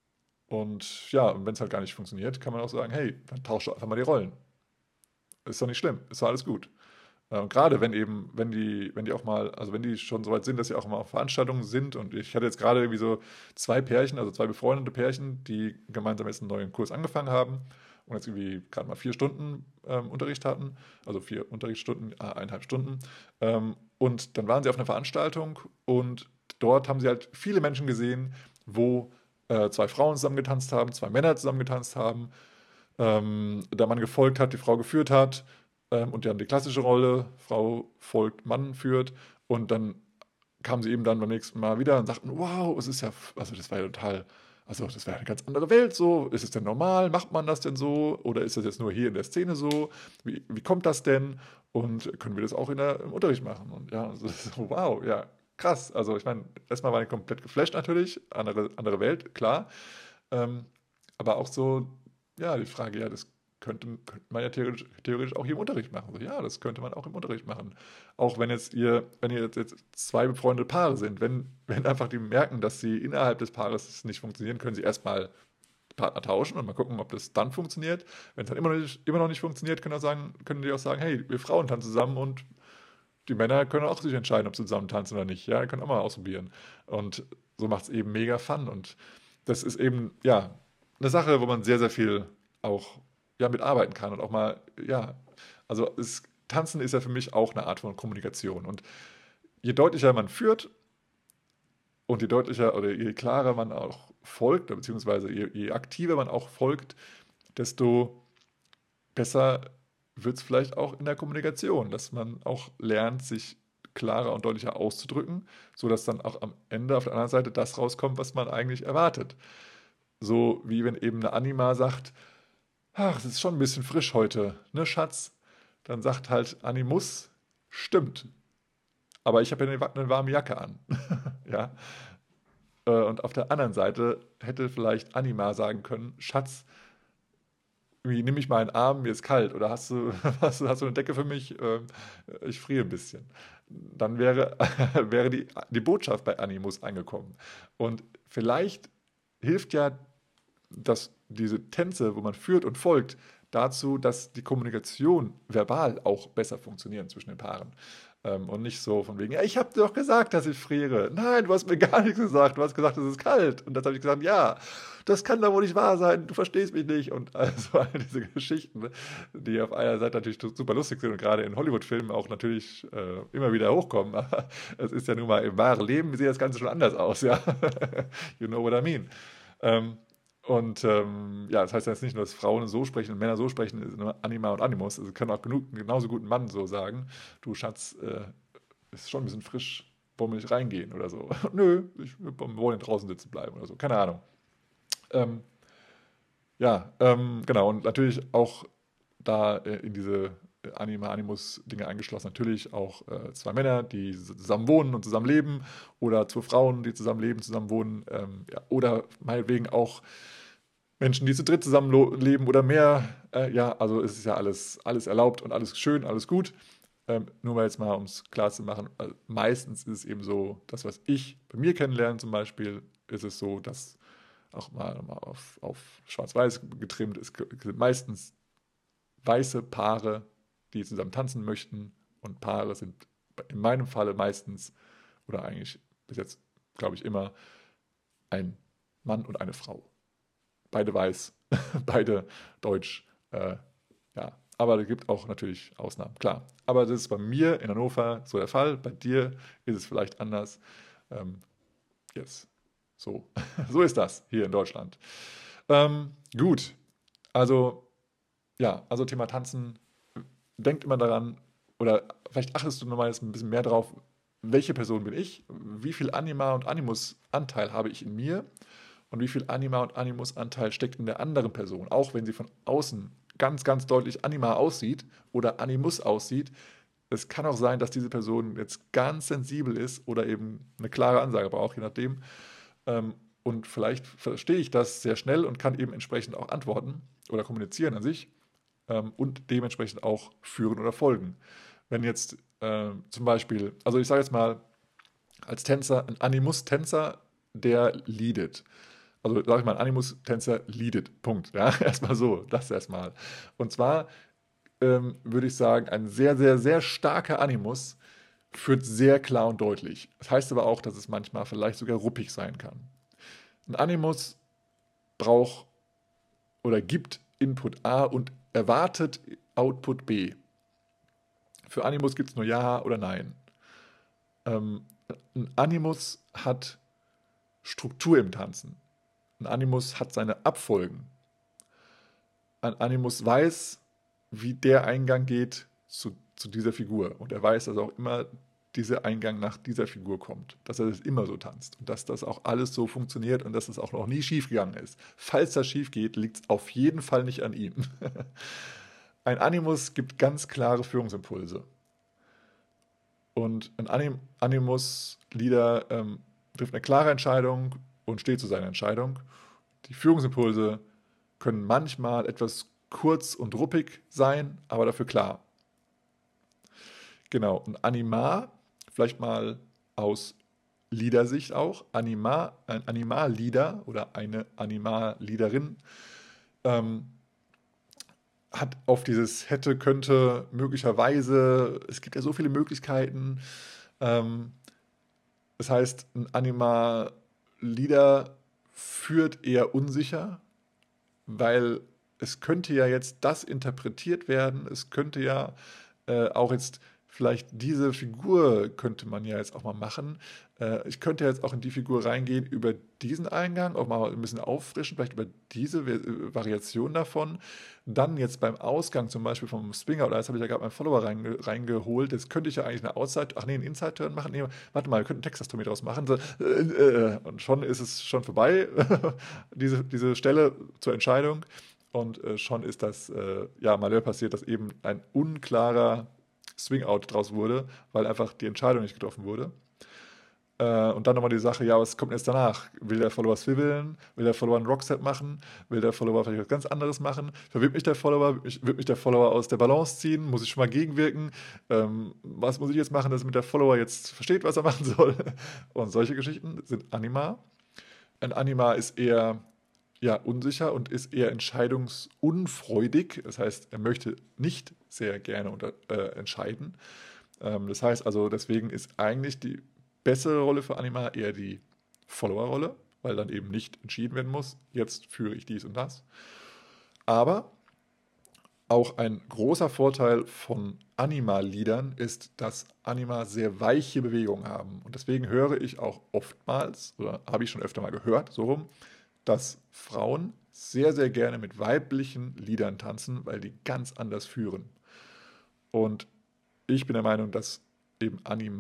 S1: und ja, wenn es halt gar nicht funktioniert, kann man auch sagen, hey, dann tausche doch einfach mal die Rollen. Ist doch nicht schlimm, ist doch alles gut. Äh, Und gerade wenn eben, wenn die, wenn die auch mal, also wenn die schon so weit sind, dass sie auch mal auf Veranstaltungen sind und ich hatte jetzt gerade irgendwie so zwei Pärchen, also zwei befreundete Pärchen, die gemeinsam jetzt einen neuen Kurs angefangen haben und jetzt irgendwie gerade mal vier Stunden ähm, Unterricht hatten, also vier Unterrichtsstunden, äh, eineinhalb Stunden. Ähm, und dann waren sie auf einer Veranstaltung und dort haben sie halt viele Menschen gesehen, wo äh, zwei Frauen zusammen getanzt haben, zwei Männer zusammen getanzt haben, ähm, der Mann gefolgt hat, die Frau geführt hat ähm, und die haben die klassische Rolle, Frau folgt, Mann führt und dann kamen sie eben dann beim nächsten Mal wieder und sagten, wow, es ist ja, also das war ja total, also das wäre eine ganz andere Welt so. Ist es denn normal? Macht man das denn so? Oder ist das jetzt nur hier in der Szene so? Wie, wie kommt das denn? Und können wir das auch in der, im Unterricht machen? Und ja, also das ist so, wow, ja, krass. Also ich meine, erstmal war ich komplett geflasht natürlich, andere, andere Welt, klar. Ähm, aber auch so, ja, die Frage, ja, das könnte, könnte man ja theoretisch, theoretisch auch hier im Unterricht machen. So, ja, das könnte man auch im Unterricht machen. Auch wenn jetzt ihr, wenn ihr jetzt, jetzt zwei befreundete Paare sind, wenn, wenn einfach die merken, dass sie innerhalb des Paares nicht funktionieren, können sie erstmal die Partner tauschen und mal gucken, ob das dann funktioniert. Wenn es dann immer noch nicht, immer noch nicht funktioniert, können, auch sagen, können die auch sagen, hey, wir Frauen tanzen zusammen und die Männer können auch sich entscheiden, ob sie zusammen tanzen oder nicht. Ja, können auch mal ausprobieren. Und so macht es eben mega Fun. Und das ist eben, ja, eine Sache, wo man sehr, sehr viel auch ja, mitarbeiten kann und auch mal, ja, also es, Tanzen ist ja für mich auch eine Art von Kommunikation. Und je deutlicher man führt und je deutlicher oder je klarer man auch folgt, beziehungsweise je, je aktiver man auch folgt, desto besser wird es vielleicht auch in der Kommunikation, dass man auch lernt, sich klarer und deutlicher auszudrücken, sodass dann auch am Ende auf der anderen Seite das rauskommt, was man eigentlich erwartet. So wie wenn eben eine Anima sagt, ach, es ist schon ein bisschen frisch heute, ne Schatz? Dann sagt halt Animus, stimmt, aber ich habe ja eine, eine warme Jacke an. Ja? Äh, Und auf der anderen Seite hätte vielleicht Anima sagen können, Schatz, wie, nimm mich mal in den Arm, mir ist kalt. Oder hast du, hast du, hast du eine Decke für mich? Ähm, Ich friere ein bisschen. Dann wäre, wäre die, die Botschaft bei Animus angekommen. Und vielleicht hilft ja dass diese Tänze, wo man führt und folgt, dazu, dass die Kommunikation verbal auch besser funktioniert zwischen den Paaren. Ähm, und nicht so von wegen, ja, ich habe dir doch gesagt, dass ich friere. Nein, du hast mir gar nichts gesagt. Du hast gesagt, es ist kalt. Und das habe ich gesagt, ja, das kann doch wohl nicht wahr sein. Du verstehst mich nicht. Und also all diese Geschichten, ne, die auf einer Seite natürlich super lustig sind und gerade in Hollywood-Filmen auch natürlich äh, immer wieder hochkommen. Aber es ist ja nun mal im wahren Leben sieht das Ganze schon anders aus, ja. You know what I mean. Ähm, und ähm, ja, das heißt jetzt nicht nur, dass Frauen so sprechen und Männer so sprechen, ist nur Anima und Animus. Also können auch genug, genauso gut ein Mann so sagen, du Schatz, äh, ist schon ein bisschen frisch, wollen wir nicht reingehen oder so. Nö, ich, wir wollen draußen sitzen bleiben oder so, keine Ahnung. Ähm, ja, ähm, genau, und natürlich auch da äh, in diese äh, Anima-Animus-Dinge eingeschlossen, natürlich auch äh, zwei Männer, die zusammen wohnen und zusammen leben, oder zwei Frauen, die zusammen leben, zusammen wohnen, ähm, ja, oder meinetwegen auch Menschen, die zu dritt zusammen leben oder mehr. Äh, ja, also es ist ja alles, alles erlaubt und alles schön, alles gut. Ähm, nur mal jetzt mal, um es klar zu machen, äh, meistens ist es eben so, das, was ich bei mir kennenlerne zum Beispiel, ist es so, dass auch mal, mal auf, auf Schwarz-Weiß getrimmt ist, sind meistens weiße Paare, die zusammen tanzen möchten. Und Paare sind in meinem Falle meistens, oder eigentlich bis jetzt, glaube ich, immer ein Mann und eine Frau. Beide weiß, beide deutsch. Äh, ja, aber es gibt auch natürlich Ausnahmen, klar. Aber das ist bei mir in Hannover so der Fall. Bei dir ist es vielleicht anders. Ähm, yes. So. So ist das hier in Deutschland. Ähm, gut. Also, ja, also Thema Tanzen. Denkt immer daran, oder vielleicht achtest du nochmal jetzt ein bisschen mehr drauf, welche Person bin ich, wie viel Anima und Animus-Anteil habe ich in mir und wie viel Anima und Animus-Anteil steckt in der anderen Person, auch wenn sie von außen ganz, ganz deutlich Anima aussieht oder Animus aussieht. Es kann auch sein, dass diese Person jetzt ganz sensibel ist oder eben eine klare Ansage braucht, je nachdem. Ähm, und vielleicht verstehe ich das sehr schnell und kann eben entsprechend auch antworten oder kommunizieren an sich ähm, und dementsprechend auch führen oder folgen. Wenn jetzt äh, zum Beispiel, also ich sage jetzt mal, als Tänzer, ein Animus-Tänzer, der leadet. Also sage ich mal, ein Animus-Tänzer leadet. Punkt. Ja, erstmal so, das erstmal. Und zwar ähm, würde ich sagen, ein sehr, sehr, sehr starker Animus führt sehr klar und deutlich. Das heißt aber auch, dass es manchmal vielleicht sogar ruppig sein kann. Ein Animus braucht oder gibt Input A und erwartet Output B. Für Animus gibt es nur Ja oder Nein. Ähm, ein Animus hat Struktur im Tanzen. Ein Animus hat seine Abfolgen. Ein Animus weiß, wie der Eingang geht zu, zu dieser Figur. Und er weiß also auch immer dieser Eingang nach dieser Figur kommt, dass er das immer so tanzt und dass das auch alles so funktioniert und dass es auch noch nie schief gegangen ist. Falls das schief geht, liegt es auf jeden Fall nicht an ihm. Ein Animus gibt ganz klare Führungsimpulse. Und ein Anim Animus-Leader ähm, trifft eine klare Entscheidung und steht zu seiner Entscheidung. Die Führungsimpulse können manchmal etwas kurz und ruppig sein, aber dafür klar. Genau, ein Animar, vielleicht mal aus Leadersicht auch, Anima, ein Animal-Leader oder eine Animal-Leaderin ähm, hat auf dieses hätte, könnte, möglicherweise, es gibt ja so viele Möglichkeiten. Ähm, das heißt, ein Animal-Leader führt eher unsicher, weil es könnte ja jetzt das interpretiert werden, es könnte ja äh, auch jetzt vielleicht diese Figur könnte man ja jetzt auch mal machen. Äh, ich könnte jetzt auch in die Figur reingehen über diesen Eingang, auch mal ein bisschen auffrischen, vielleicht über diese Vi- Variation davon. Dann jetzt beim Ausgang zum Beispiel vom Springer, oder jetzt habe ich ja gerade meinen Follower reinge reingeholt, jetzt könnte ich ja eigentlich eine Outside, ach nee, einen Inside-Turn machen. Nee, warte mal, wir könnten einen Texas-Turn draus machen. So, äh, äh, und schon ist es schon vorbei, diese, diese Stelle zur Entscheidung. Und äh, schon ist das äh, ja, Malheur passiert, dass eben ein unklarer Swing-Out draus wurde, weil einfach die Entscheidung nicht getroffen wurde. Äh, und dann nochmal die Sache, ja, was kommt jetzt danach? Will der Follower swiveln? Will der Follower einen Rockset machen? Will der Follower vielleicht was ganz anderes machen? Verwirrt mich der Follower? Wird mich, wird mich der Follower aus der Balance ziehen? Muss ich schon mal gegenwirken? Ähm, was muss ich jetzt machen, dass mit der Follower jetzt versteht, was er machen soll? Und solche Geschichten sind Anima. Ein Anima ist eher ja, unsicher und ist eher entscheidungsunfreudig. Das heißt, er möchte nicht sehr gerne unter, äh, entscheiden. Ähm, das heißt also, deswegen ist eigentlich die bessere Rolle für Anima eher die Follower-Rolle, weil dann eben nicht entschieden werden muss, jetzt führe ich dies und das. Aber auch ein großer Vorteil von Anima-Liedern ist, dass Anima sehr weiche Bewegungen haben. Und deswegen höre ich auch oftmals, oder habe ich schon öfter mal gehört, so rum, dass Frauen sehr, sehr gerne mit weiblichen Liedern tanzen, weil die ganz anders führen. Und ich bin der Meinung, dass eben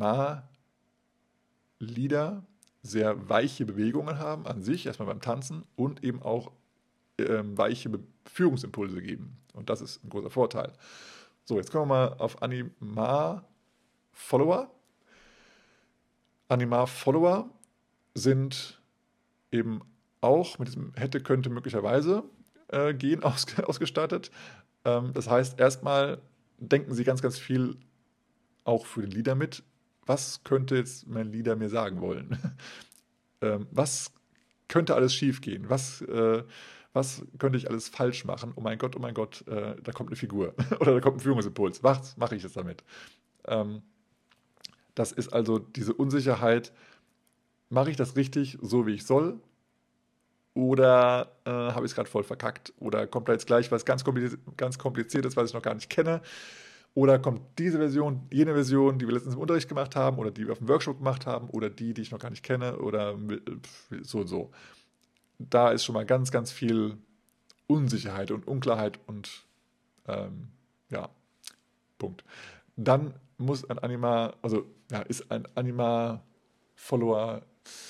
S1: Anima-Lieder sehr weiche Bewegungen haben an sich, erstmal beim Tanzen und eben auch ähm, weiche Be Führungsimpulse geben. Und das ist ein großer Vorteil. So, jetzt kommen wir mal auf Anima-Follower. Anima-Follower sind eben auch mit diesem hätte, könnte, möglicherweise äh, gehen aus, ausgestattet. Ähm, das heißt, erstmal denken Sie ganz, ganz viel auch für den Leader mit. Was könnte jetzt mein Leader mir sagen wollen? ähm, was könnte alles schief gehen? Was, äh, was könnte ich alles falsch machen? Oh mein Gott, oh mein Gott, äh, da kommt eine Figur oder da kommt ein Führungsimpuls. Was mache ich jetzt damit? Ähm, das ist also diese Unsicherheit, mache ich das richtig, so wie ich soll? Oder äh, habe ich es gerade voll verkackt? Oder kommt da jetzt gleich was ganz, kompliz ganz Kompliziertes, was ich noch gar nicht kenne? Oder kommt diese Version, jene Version, die wir letztens im Unterricht gemacht haben oder die wir auf dem Workshop gemacht haben oder die, die ich noch gar nicht kenne oder so und so. Da ist schon mal ganz, ganz viel Unsicherheit und Unklarheit und ähm, ja, Punkt. Dann muss ein Anima, also ja, ist ein Anima-Follower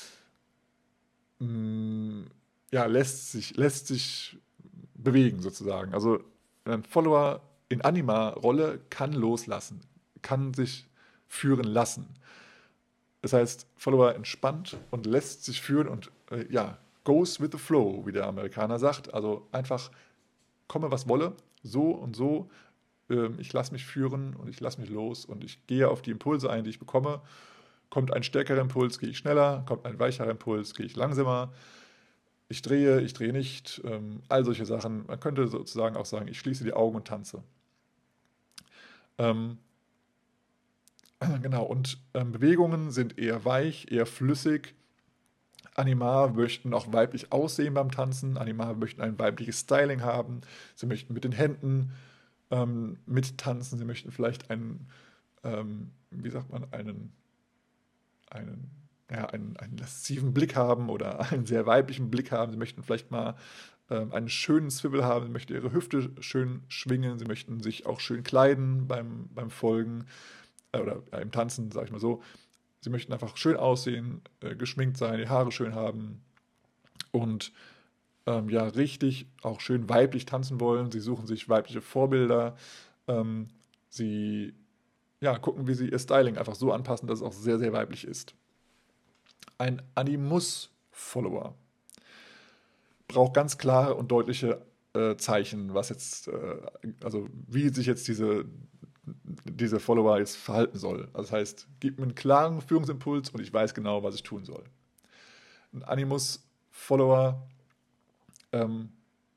S1: mh, ja, lässt sich, lässt sich bewegen sozusagen. Also ein Follower in Anima-Rolle kann loslassen, kann sich führen lassen. Das heißt, Follower entspannt und lässt sich führen und äh, ja, goes with the flow, wie der Amerikaner sagt. Also einfach komme, was wolle, so und so. Ähm, ich lasse mich führen und ich lasse mich los und ich gehe auf die Impulse ein, die ich bekomme. Kommt ein stärkerer Impuls, gehe ich schneller. Kommt ein weicherer Impuls, gehe ich langsamer. Ich drehe, ich drehe nicht, ähm, all solche Sachen. Man könnte sozusagen auch sagen, ich schließe die Augen und tanze. Ähm, genau, und ähm, Bewegungen sind eher weich, eher flüssig. Animar möchten auch weiblich aussehen beim Tanzen. Animar möchten ein weibliches Styling haben. Sie möchten mit den Händen ähm, mittanzen. Sie möchten vielleicht einen, ähm, wie sagt man, einen, einen, ja, einen, einen lasziven Blick haben oder einen sehr weiblichen Blick haben. Sie möchten vielleicht mal ähm, einen schönen Swivel haben. Sie möchten ihre Hüfte schön schwingen. Sie möchten sich auch schön kleiden beim, beim Folgen. äh, oder ja, im Tanzen, sage ich mal so, sie möchten einfach schön aussehen, äh, geschminkt sein, die Haare schön haben und ähm, ja, richtig auch schön weiblich tanzen wollen. Sie suchen sich weibliche Vorbilder. Ähm, sie ja, gucken, wie sie ihr Styling einfach so anpassen, dass es auch sehr, sehr weiblich ist. Ein Animus-Follower braucht ganz klare und deutliche äh, Zeichen, was jetzt, äh, also wie sich jetzt diese, diese Follower jetzt verhalten soll. Also das heißt, gib mir einen klaren Führungsimpuls und ich weiß genau, was ich tun soll. Ein Animus-Follower ähm,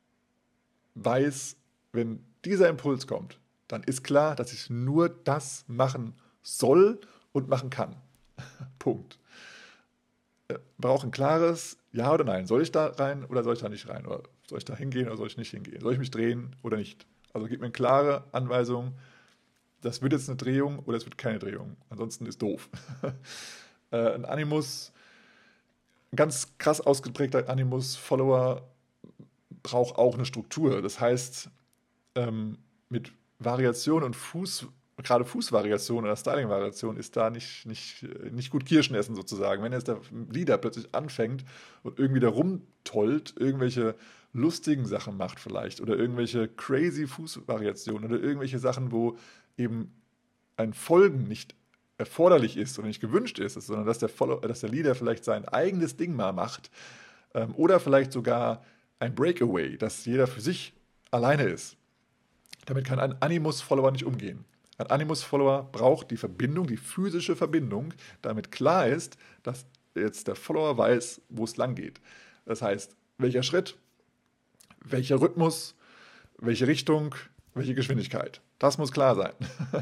S1: weiß, wenn dieser Impuls kommt, dann ist klar, dass ich nur das machen soll und machen kann. Punkt. Äh, brauche ein klares Ja oder Nein. Soll ich da rein oder soll ich da nicht rein? Oder soll ich da hingehen oder soll ich nicht hingehen? Soll ich mich drehen oder nicht? Also gib mir eine klare Anweisung, das wird jetzt eine Drehung oder es wird keine Drehung. Ansonsten ist doof. äh, ein Animus, ein ganz krass ausgeprägter Animus-Follower braucht auch eine Struktur. Das heißt, ähm, mit Variation und Fuß, gerade Fußvariation oder Styling-Variation ist da nicht, nicht, nicht gut Kirschen essen sozusagen. Wenn jetzt der Leader plötzlich anfängt und irgendwie da rumtollt, irgendwelche lustigen Sachen macht vielleicht oder irgendwelche crazy Fußvariationen oder irgendwelche Sachen, wo eben ein Folgen nicht erforderlich ist oder nicht gewünscht ist, sondern dass der, Follow dass der Leader vielleicht sein eigenes Ding mal macht ähm, oder vielleicht sogar ein Breakaway, dass jeder für sich alleine ist. Damit kann ein Animus-Follower nicht umgehen. Ein Animus-Follower braucht die Verbindung, die physische Verbindung, damit klar ist, dass jetzt der Follower weiß, wo es lang geht. Das heißt, welcher Schritt, welcher Rhythmus, welche Richtung, welche Geschwindigkeit. Das muss klar sein.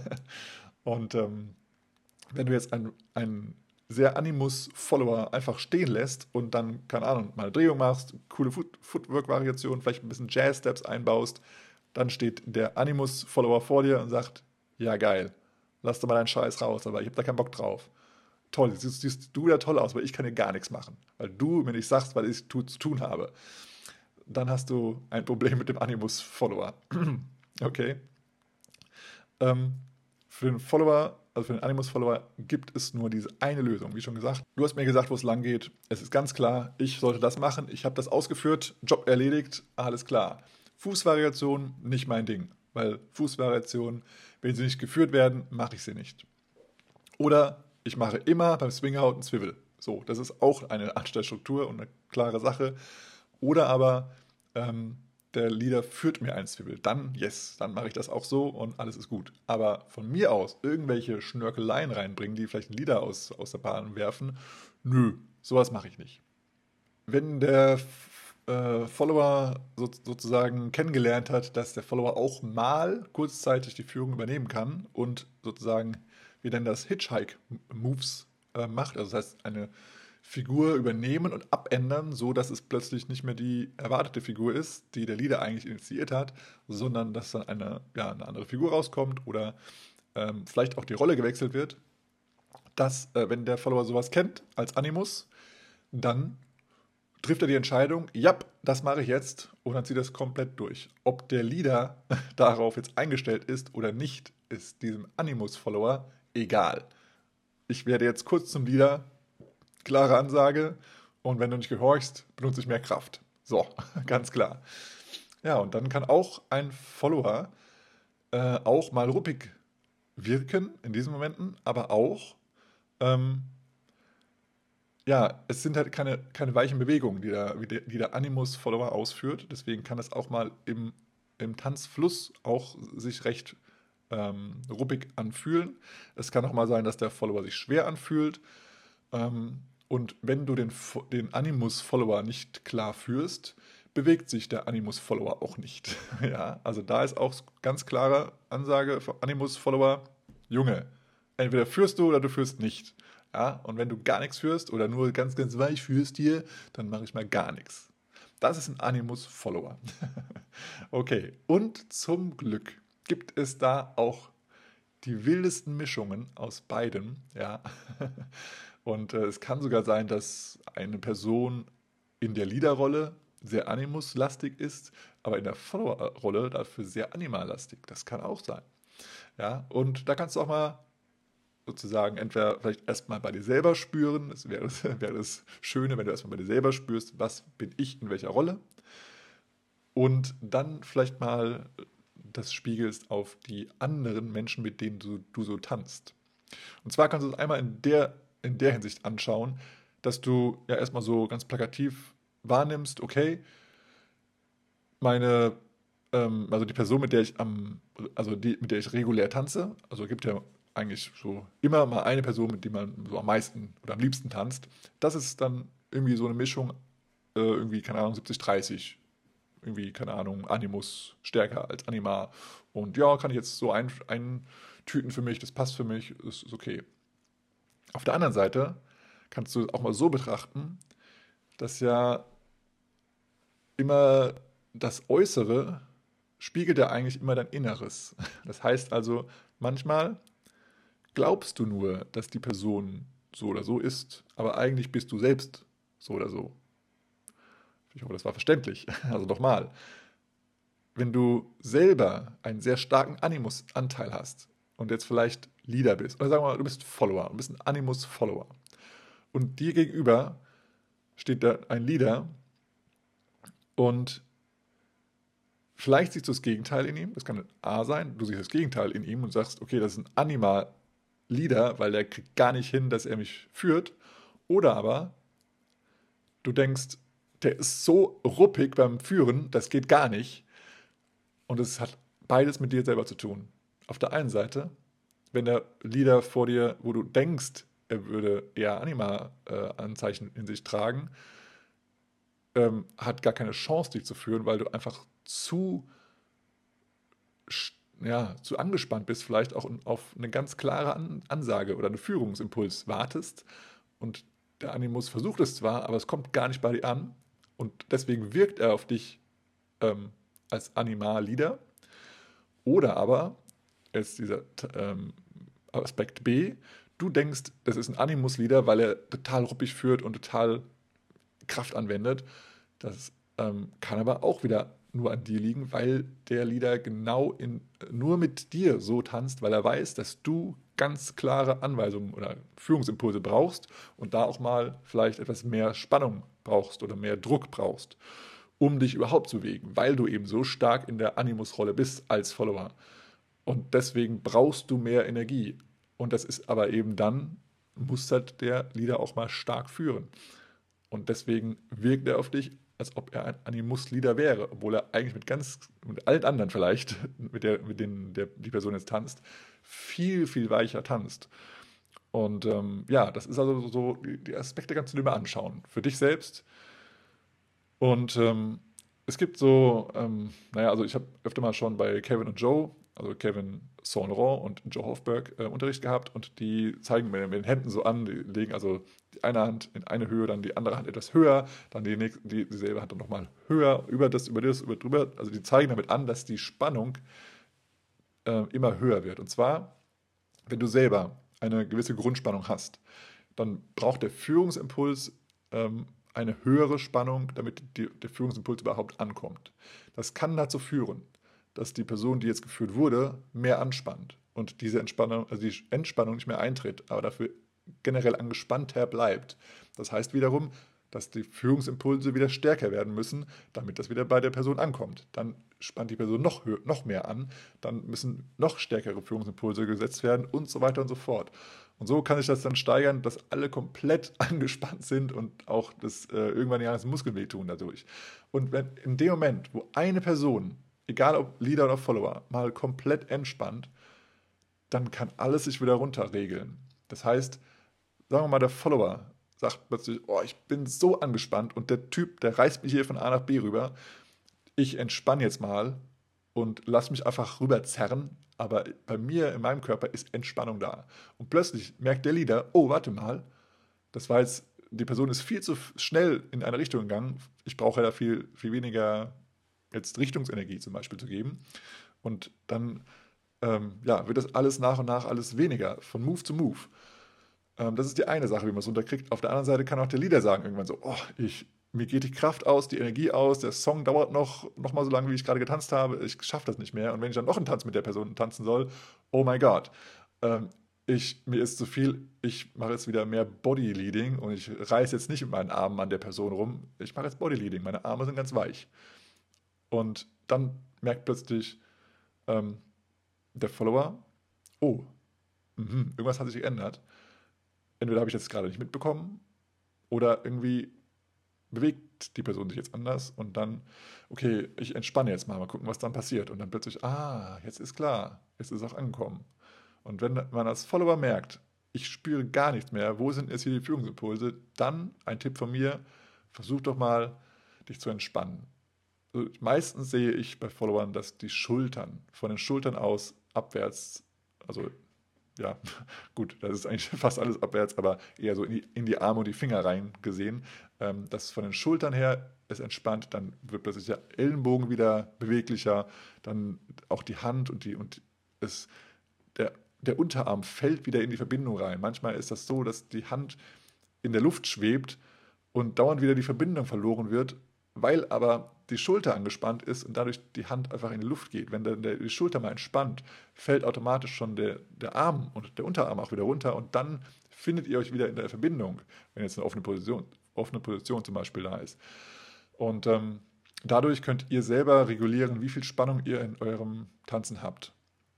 S1: Und ähm, wenn du jetzt einen, einen sehr Animus-Follower einfach stehen lässt und dann, keine Ahnung, mal eine Drehung machst, coole Foot Footwork-Variation, vielleicht ein bisschen Jazz-Steps einbaust, dann steht der Animus-Follower vor dir und sagt, ja geil, lass doch mal deinen Scheiß raus, aber ich habe da keinen Bock drauf. Toll, siehst, siehst du ja toll aus, aber ich kann dir gar nichts machen, weil du mir nicht sagst, was ich tu, zu tun habe. Dann hast du ein Problem mit dem Animus-Follower. Okay. Ähm, für den Follower, also für den Animus-Follower, gibt es nur diese eine Lösung. Wie schon gesagt, du hast mir gesagt, wo es lang geht. Es ist ganz klar, ich sollte das machen. Ich habe das ausgeführt, Job erledigt, alles klar. Fußvariation, nicht mein Ding. Weil Fußvariationen, wenn sie nicht geführt werden, mache ich sie nicht. Oder ich mache immer beim Swingout einen Swivel. So, das ist auch eine Anstellstruktur und eine klare Sache. Oder aber ähm, der Leader führt mir ein Swivel. Dann, yes, dann mache ich das auch so und alles ist gut. Aber von mir aus irgendwelche Schnörkeleien reinbringen, die vielleicht einen Leader aus, aus der Bahn werfen, nö, sowas mache ich nicht. Wenn der äh, Follower so, sozusagen kennengelernt hat, dass der Follower auch mal kurzzeitig die Führung übernehmen kann und sozusagen, wir nennen das Hitchhike-Moves äh, macht, also das heißt eine Figur übernehmen und abändern, so dass es plötzlich nicht mehr die erwartete Figur ist, die der Leader eigentlich initiiert hat, sondern dass dann eine, ja, eine andere Figur rauskommt oder ähm, vielleicht auch die Rolle gewechselt wird. Dass, äh, wenn der Follower sowas kennt als Animus, dann trifft er die Entscheidung, ja, das mache ich jetzt und dann zieht er es komplett durch. Ob der Leader darauf jetzt eingestellt ist oder nicht, ist diesem Animus-Follower egal. Ich werde jetzt kurz zum Leader, klare Ansage, und wenn du nicht gehorchst, benutze ich mehr Kraft. So, ganz klar. Ja, und dann kann auch ein Follower äh, auch mal ruppig wirken in diesen Momenten, aber auch ähm, ja, es sind halt keine, keine weichen Bewegungen, die der, wie der, die der Animus-Follower ausführt. Deswegen kann es auch mal im, im Tanzfluss auch sich recht ähm, ruppig anfühlen. Es kann auch mal sein, dass der Follower sich schwer anfühlt. Ähm, und wenn du den, den Animus-Follower nicht klar führst, bewegt sich der Animus-Follower auch nicht. Ja, also da ist auch ganz klare Ansage für Animus-Follower, Junge, entweder führst du oder du führst nicht. Ja, und wenn du gar nichts führst oder nur ganz, ganz weich führst hier, dann mache ich mal gar nichts. Das ist ein Animus-Follower. Okay, und zum Glück gibt es da auch die wildesten Mischungen aus beiden. Ja. Und äh, es kann sogar sein, dass eine Person in der Leader-Rolle sehr animuslastig ist, aber in der Follower-Rolle dafür sehr animallastig. Das kann auch sein. Ja, und da kannst du auch mal sozusagen entweder vielleicht erstmal bei dir selber spüren, das wäre das, wäre das Schöne, wenn du erstmal bei dir selber spürst, was bin ich in welcher Rolle, und dann vielleicht mal das spiegelst auf die anderen Menschen, mit denen du, du so tanzt. Und zwar kannst du es einmal in der, in der Hinsicht anschauen, dass du ja erstmal so ganz plakativ wahrnimmst, okay, meine, ähm, also die Person, mit der ich am, also die, mit der ich regulär tanze, also es gibt ja eigentlich so immer mal eine Person, mit der man so am meisten oder am liebsten tanzt. Das ist dann irgendwie so eine Mischung, äh, irgendwie, keine Ahnung, siebzig dreißig. Irgendwie, keine Ahnung, Animus stärker als Anima. Und ja, kann ich jetzt so ein, eintüten für mich, das passt für mich, ist, ist okay. Auf der anderen Seite kannst du es auch mal so betrachten, dass ja immer das Äußere spiegelt ja eigentlich immer dein Inneres. Das heißt also, manchmal glaubst du nur, dass die Person so oder so ist, aber eigentlich bist du selbst so oder so. Ich hoffe, das war verständlich. Also nochmal, wenn du selber einen sehr starken Animus-Anteil hast und jetzt vielleicht Leader bist, oder sagen wir mal, du bist Follower, du bist ein Animus-Follower, und dir gegenüber steht da ein Leader und vielleicht siehst du das Gegenteil in ihm, das kann ein A sein, du siehst das Gegenteil in ihm und sagst, okay, das ist ein Anima-Leader, weil der kriegt gar nicht hin, dass er mich führt, oder aber du denkst, der ist so ruppig beim Führen, das geht gar nicht. Und es hat beides mit dir selber zu tun. Auf der einen Seite, wenn der Leader vor dir, wo du denkst, er würde eher Anima-Anzeichen in sich tragen, ähm, hat gar keine Chance, dich zu führen, weil du einfach zu, ja, zu angespannt bist, vielleicht auch auf eine ganz klare An Ansage oder einen Führungsimpuls wartest. Und der Animus versucht es zwar, aber es kommt gar nicht bei dir an. Und deswegen wirkt er auf dich ähm, als Anima-Leader. Oder aber, jetzt dieser ähm, Aspekt B, du denkst, das ist ein Animus-Leader, weil er total ruppig führt und total Kraft anwendet. Das ähm, kann aber auch wieder nur an dir liegen, weil der Leader genau in, nur mit dir so tanzt, weil er weiß, dass du ganz klare Anweisungen oder Führungsimpulse brauchst und da auch mal vielleicht etwas mehr Spannung brauchst oder mehr Druck brauchst, um dich überhaupt zu bewegen, weil du eben so stark in der Animus-Rolle bist als Follower. Und deswegen brauchst du mehr Energie. Und das ist aber eben dann, muss halt der Leader auch mal stark führen. Und deswegen wirkt er auf dich, als ob er ein Animus-Leader wäre, obwohl er eigentlich mit ganz, mit allen anderen vielleicht, mit, der, mit denen der, die Person jetzt tanzt, viel, viel weicher tanzt. Und ähm, ja, das ist also so, die, die Aspekte kannst du dir mal anschauen. Für dich selbst. Und ähm, es gibt so, ähm, naja, also ich habe öfter mal schon bei Kevin und Joe, also Kevin Saint-Laurent und Joe Hofberg, äh, Unterricht gehabt, und die zeigen mir mit den Händen so an, die legen also die eine Hand in eine Höhe, dann die andere Hand etwas höher, dann die, nächste, die dieselbe Hand dann nochmal höher, über das, über das, über drüber. Also die zeigen damit an, dass die Spannung äh, immer höher wird. Und zwar, wenn du selber eine gewisse Grundspannung hast, dann braucht der Führungsimpuls ähm, eine höhere Spannung, damit die, der Führungsimpuls überhaupt ankommt. Das kann dazu führen, dass die Person, die jetzt geführt wurde, mehr anspannt und diese Entspannung, also die Entspannung nicht mehr eintritt, aber dafür generell angespannter bleibt. Das heißt wiederum, dass die Führungsimpulse wieder stärker werden müssen, damit das wieder bei der Person ankommt. Dann spannt die Person noch, noch mehr an, dann müssen noch stärkere Führungsimpulse gesetzt werden und so weiter und so fort. Und so kann sich das dann steigern, dass alle komplett angespannt sind und auch das äh, irgendwann die ganzen Muskeln wehtun dadurch. Und wenn in dem Moment, wo eine Person, egal ob Leader oder Follower, mal komplett entspannt, dann kann alles sich wieder runterregeln. Das heißt, sagen wir mal, der Follower sagt plötzlich, oh, ich bin so angespannt und der Typ, der reißt mich hier von A nach B rüber. Ich entspanne jetzt mal und lass mich einfach rüberzerren, aber bei mir, in meinem Körper, ist Entspannung da. Und plötzlich merkt der Leader, oh, warte mal, das war jetzt, die Person ist viel zu schnell in eine Richtung gegangen, ich brauche ja da viel, viel weniger jetzt Richtungsenergie zum Beispiel zu geben. Und dann ähm, ja, wird das alles nach und nach alles weniger, von Move zu Move. Ähm, das ist die eine Sache, wie man es unterkriegt. Auf der anderen Seite kann auch der Leader sagen irgendwann so, oh, ich, mir geht die Kraft aus, die Energie aus, der Song dauert noch, noch mal so lange, wie ich gerade getanzt habe, ich schaffe das nicht mehr. Und wenn ich dann noch einen Tanz mit der Person tanzen soll, oh mein Gott. Ähm, ich, mir ist zu viel, ich mache jetzt wieder mehr Bodyleading und ich reiße jetzt nicht mit meinen Armen an der Person rum. Ich mache jetzt Bodyleading, meine Arme sind ganz weich. Und dann merkt plötzlich ähm, der Follower, oh, mhm, irgendwas hat sich geändert. Entweder habe ich das gerade nicht mitbekommen oder irgendwie bewegt die Person sich jetzt anders und dann, okay, ich entspanne jetzt mal, mal gucken, was dann passiert. Und dann plötzlich, ah, jetzt ist klar, jetzt ist es auch angekommen. Und wenn man als Follower merkt, ich spüre gar nichts mehr, wo sind jetzt hier die Führungsimpulse, dann ein Tipp von mir, versuch doch mal, dich zu entspannen. Also meistens sehe ich bei Followern, dass die Schultern, von den Schultern aus abwärts, also ja, gut, das ist eigentlich fast alles abwärts, aber eher so in die, in die Arme und die Finger rein gesehen, ähm, dass von den Schultern her es entspannt, dann wird plötzlich der Ellenbogen wieder beweglicher, dann auch die Hand und die und es, der, der Unterarm fällt wieder in die Verbindung rein. Manchmal ist das so, dass die Hand in der Luft schwebt und dauernd wieder die Verbindung verloren wird, weil aber die Schulter angespannt ist und dadurch die Hand einfach in die Luft geht. Wenn dann der, die Schulter mal entspannt, fällt automatisch schon der, der Arm und der Unterarm auch wieder runter und dann findet ihr euch wieder in der Verbindung, wenn jetzt eine offene Position, offene Position zum Beispiel da ist. Und ähm, dadurch könnt ihr selber regulieren, wie viel Spannung ihr in eurem Tanzen habt.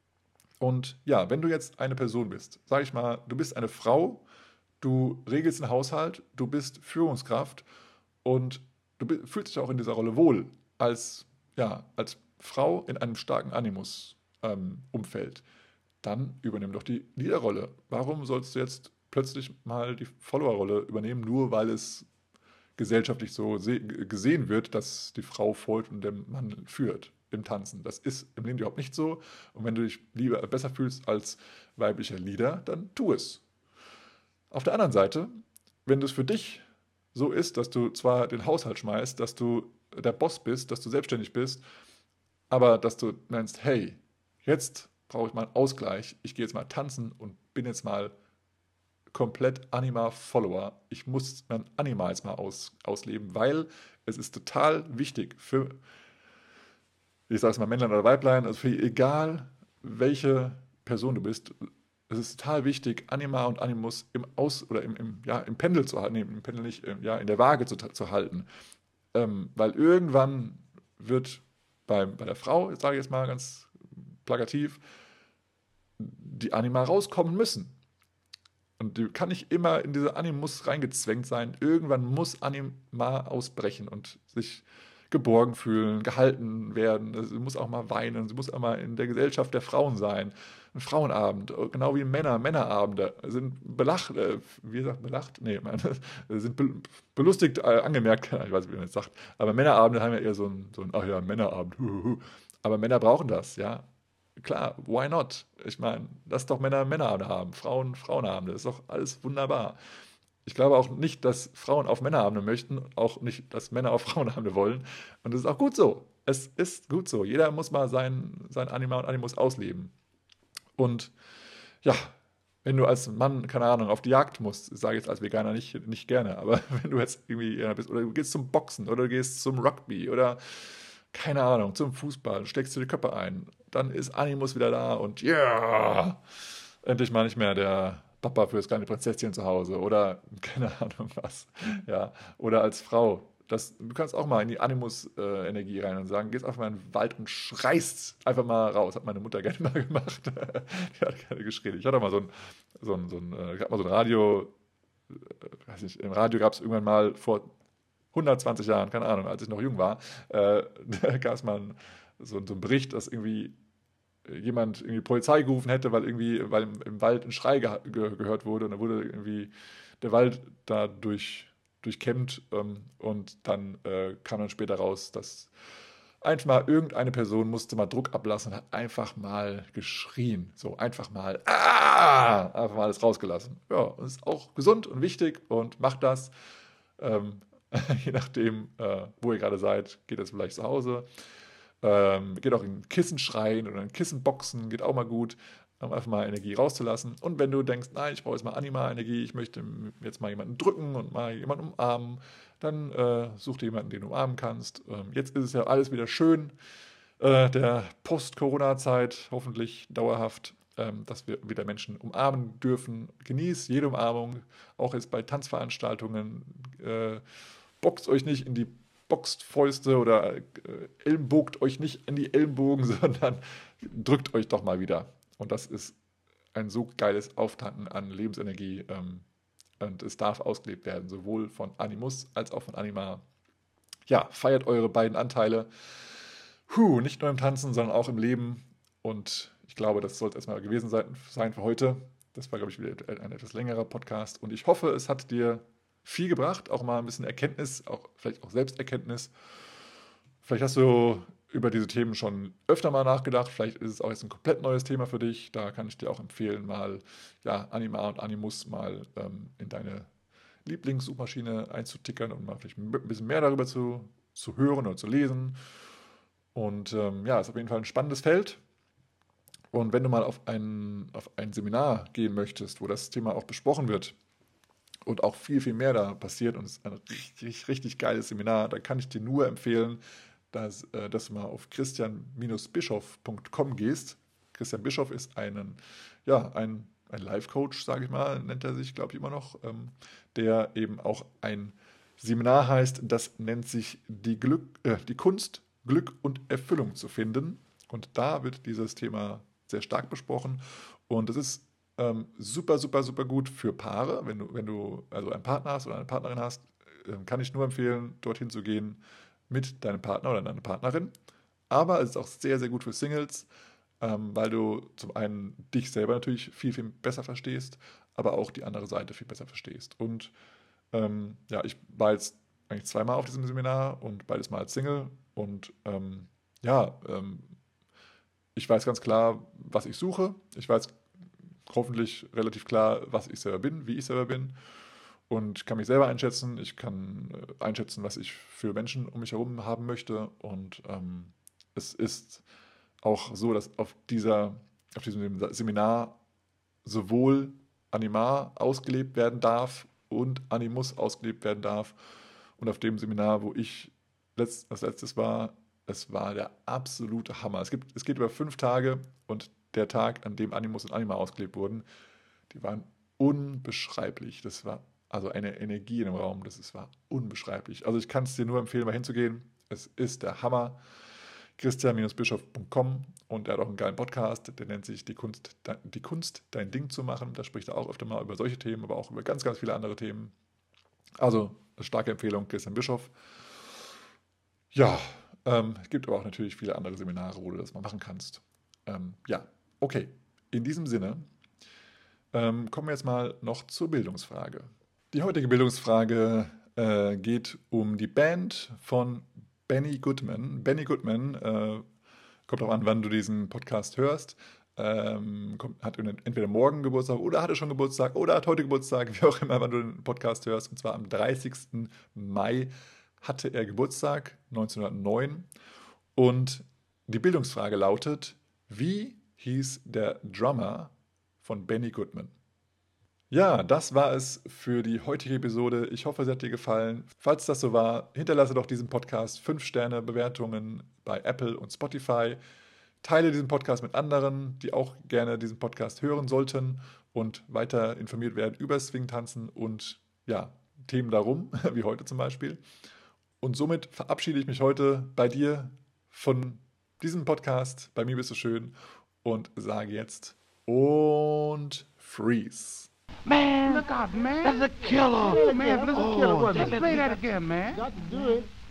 S1: Und ja, wenn du jetzt eine Person bist, sag ich mal, du bist eine Frau, du regelst einen Haushalt, du bist Führungskraft und du bi- fühlst dich auch in dieser Rolle wohl als, ja, als Frau in einem starken Animus-Umfeld, dann übernimm doch die Leaderrolle. Warum sollst du jetzt plötzlich mal die Follower-Rolle übernehmen, nur weil es gesellschaftlich so se- gesehen wird, dass die Frau folgt und der Mann führt im Tanzen? Das ist im Leben überhaupt nicht so. Und wenn du dich lieber besser fühlst als weiblicher Leader, dann tu es. Auf der anderen Seite, wenn es für dich so ist, dass du zwar den Haushalt schmeißt, dass du der Boss bist, dass du selbstständig bist, aber dass du meinst, hey, jetzt brauche ich mal einen Ausgleich, ich gehe jetzt mal tanzen und bin jetzt mal komplett Anima-Follower. Ich muss mein Anima jetzt mal aus, ausleben, weil es ist total wichtig für, ich sage es mal Männlein oder Weiblein, also für egal welche Person du bist, es ist total wichtig, Anima und Animus im Aus oder im, im, ja, im Pendel zu halten, nee, im Pendel nicht, im, ja, in der Waage zu, zu halten. Ähm, weil irgendwann wird beim, bei der Frau, jetzt sage ich jetzt mal ganz plakativ, die Anima rauskommen müssen. Und die kann nicht immer in diese Animus reingezwängt sein. Irgendwann muss Anima ausbrechen und sich geborgen fühlen, gehalten werden. Sie muss auch mal weinen. Sie muss auch mal in der Gesellschaft der Frauen sein. Ein Frauenabend, genau wie Männer, Männerabende sind belacht, äh, wie gesagt, belacht? Nee, man, sind be belustigt, äh, angemerkt, ich weiß nicht, wie man jetzt sagt. Aber Männerabende haben ja eher so ein, so ein ach ja, Männerabend. Aber Männer brauchen das, ja. Klar, why not? Ich meine, lass doch Männer Männerabende haben, Frauen Frauenabende, ist doch alles wunderbar. Ich glaube auch nicht, dass Frauen auf Männerabende möchten, auch nicht, dass Männer auf Frauenabende wollen. Und das ist auch gut so. Es ist gut so. Jeder muss mal sein, sein Anima und Animus ausleben. Und ja, wenn du als Mann, keine Ahnung, auf die Jagd musst, sage ich jetzt als Veganer nicht, nicht gerne, aber wenn du jetzt irgendwie ja, bist, oder du gehst zum Boxen oder du gehst zum Rugby oder keine Ahnung, zum Fußball, steckst du die Köpfe ein, dann ist Animus wieder da und ja, yeah, endlich mal nicht mehr der Papa fürs kleine Prinzesschen zu Hause oder keine Ahnung was, ja, oder als Frau. Das, du kannst auch mal in die Animus-Energie rein und sagen, gehst einfach mal in den Wald und schreist einfach mal raus. Hat meine Mutter gerne mal gemacht. Die hat gerne geschrien. Ich hatte mal so ein, so ein, so ein, äh, ich hab mal so ein Radio, äh, weiß nicht, im Radio gab es irgendwann mal vor hundertzwanzig Jahren, keine Ahnung, als ich noch jung war, äh, da gab es mal ein, so, so einen Bericht, dass irgendwie jemand irgendwie Polizei gerufen hätte, weil irgendwie, weil im, im Wald ein Schrei ge ge gehört wurde und da wurde irgendwie der Wald da durch, durchkämmt ähm, und dann äh, kam dann später raus, dass einfach mal irgendeine Person musste mal Druck ablassen und hat einfach mal geschrien. So einfach mal, ah, einfach mal alles rausgelassen. Ja, und ist auch gesund und wichtig und macht das. Ähm, Je nachdem, äh, wo ihr gerade seid, geht das vielleicht zu Hause. Ähm, geht auch in Kissen schreien oder in Kissen boxen, geht auch mal gut, um einfach mal Energie rauszulassen. Und wenn du denkst, nein, ich brauche jetzt mal Anima-Energie, ich möchte jetzt mal jemanden drücken und mal jemanden umarmen, dann äh, such dir jemanden, den du umarmen kannst. Ähm, jetzt ist es ja alles wieder schön, äh, der Post-Corona-Zeit, hoffentlich dauerhaft. ähm, dass wir wieder Menschen umarmen dürfen. Genießt jede Umarmung, auch jetzt bei Tanzveranstaltungen. Äh, boxt euch nicht in die Boxtfäuste oder äh, ellenbogt euch nicht in die Ellenbogen, sondern drückt euch doch mal wieder. Und das ist ein so geiles Auftanken an Lebensenergie. Ähm, und es darf ausgelebt werden, sowohl von Animus als auch von Anima. Ja, feiert eure beiden Anteile. Puh, nicht nur im Tanzen, sondern auch im Leben. Und ich glaube, das sollte erstmal gewesen sein, sein für heute. Das war, glaube ich, wieder ein etwas längerer Podcast. Und ich hoffe, es hat dir viel gebracht, auch mal ein bisschen Erkenntnis, auch vielleicht auch Selbsterkenntnis. Vielleicht hast du über diese Themen schon öfter mal nachgedacht. Vielleicht ist es auch jetzt ein komplett neues Thema für dich. Da kann ich dir auch empfehlen, mal ja, Anima und Animus mal ähm, in deine Lieblingssuchmaschine einzutickern und mal vielleicht ein bisschen mehr darüber zu, zu hören oder zu lesen. Und ähm, ja, ist auf jeden Fall ein spannendes Feld. Und wenn du mal auf ein, auf ein Seminar gehen möchtest, wo das Thema auch besprochen wird und auch viel, viel mehr da passiert und es ist ein richtig, richtig geiles Seminar, dann kann ich dir nur empfehlen, dass, äh, dass du mal auf christian bischof punkt com gehst. Christian Bischof ist einen, ja, ein, ein Life-Coach, sage ich mal, nennt er sich, glaube ich, immer noch, ähm, der eben auch ein Seminar heißt, das nennt sich die, Glück, äh, die Kunst, Glück und Erfüllung zu finden. Und da wird dieses Thema sehr stark besprochen. Und es ist ähm, super, super, super gut für Paare. Wenn du, wenn du also einen Partner hast oder eine Partnerin hast, äh, kann ich nur empfehlen, dorthin zu gehen mit deinem Partner oder deiner Partnerin. Aber es ist auch sehr, sehr gut für Singles, ähm, weil du zum einen dich selber natürlich viel, viel besser verstehst, aber auch die andere Seite viel besser verstehst. Und ähm, ja, ich war jetzt eigentlich zweimal auf diesem Seminar und beides Mal als Single. Und ähm, ja, ähm, ich weiß ganz klar, was ich suche. Ich weiß hoffentlich relativ klar, was ich selber bin, wie ich selber bin. Und kann mich selber einschätzen. Ich kann äh, einschätzen, was ich für Menschen um mich herum haben möchte. Und ähm, es ist auch so, dass auf, dieser, auf diesem Seminar sowohl Anima ausgelebt werden darf und Animus ausgelebt werden darf. Und auf dem Seminar, wo ich letzt, als letztes war, es war der absolute Hammer. Es, gibt, es geht über fünf Tage und der Tag, an dem Animus und Anima ausgelebt wurden, die waren unbeschreiblich. Das war also eine Energie in dem Raum, das ist, war unbeschreiblich. Also ich kann es dir nur empfehlen, mal hinzugehen. Es ist der Hammer. christian bischof punkt com und er hat auch einen geilen Podcast, der nennt sich die Kunst, die Kunst, dein Ding zu machen. Da spricht er auch öfter mal über solche Themen, aber auch über ganz, ganz viele andere Themen. Also eine starke Empfehlung, Christian Bischof. Ja, ähm, es gibt aber auch natürlich viele andere Seminare, wo du das mal machen kannst. Ähm, ja, okay. In diesem Sinne ähm, kommen wir jetzt mal noch zur Bildungsfrage. Die heutige Bildungsfrage äh, geht um die Band von Benny Goodman. Benny Goodman, äh, kommt auch an, wann du diesen Podcast hörst, ähm, kommt, hat entweder morgen Geburtstag oder hatte schon Geburtstag oder hat heute Geburtstag, wie auch immer, wann du den Podcast hörst. Und zwar am dreißigsten Mai hatte er Geburtstag, neunzehnhundertneun. Und die Bildungsfrage lautet, wie hieß der Drummer von Benny Goodman? Ja, das war es für die heutige Episode. Ich hoffe, es hat dir gefallen. Falls das so war, hinterlasse doch diesem Podcast fünf Sterne Bewertungen bei Apple und Spotify. Teile diesen Podcast mit anderen, die auch gerne diesen Podcast hören sollten und weiter informiert werden über Swing-Tanzen und ja, Themen darum, wie heute zum Beispiel. Und somit verabschiede ich mich heute bei dir von diesem Podcast. Bei mir bist du schön und sage jetzt und freeze.
S2: Man, look out, man. That's a killer. Yeah, man, that's a killer. Oh, let's play that again, man. Got to do it.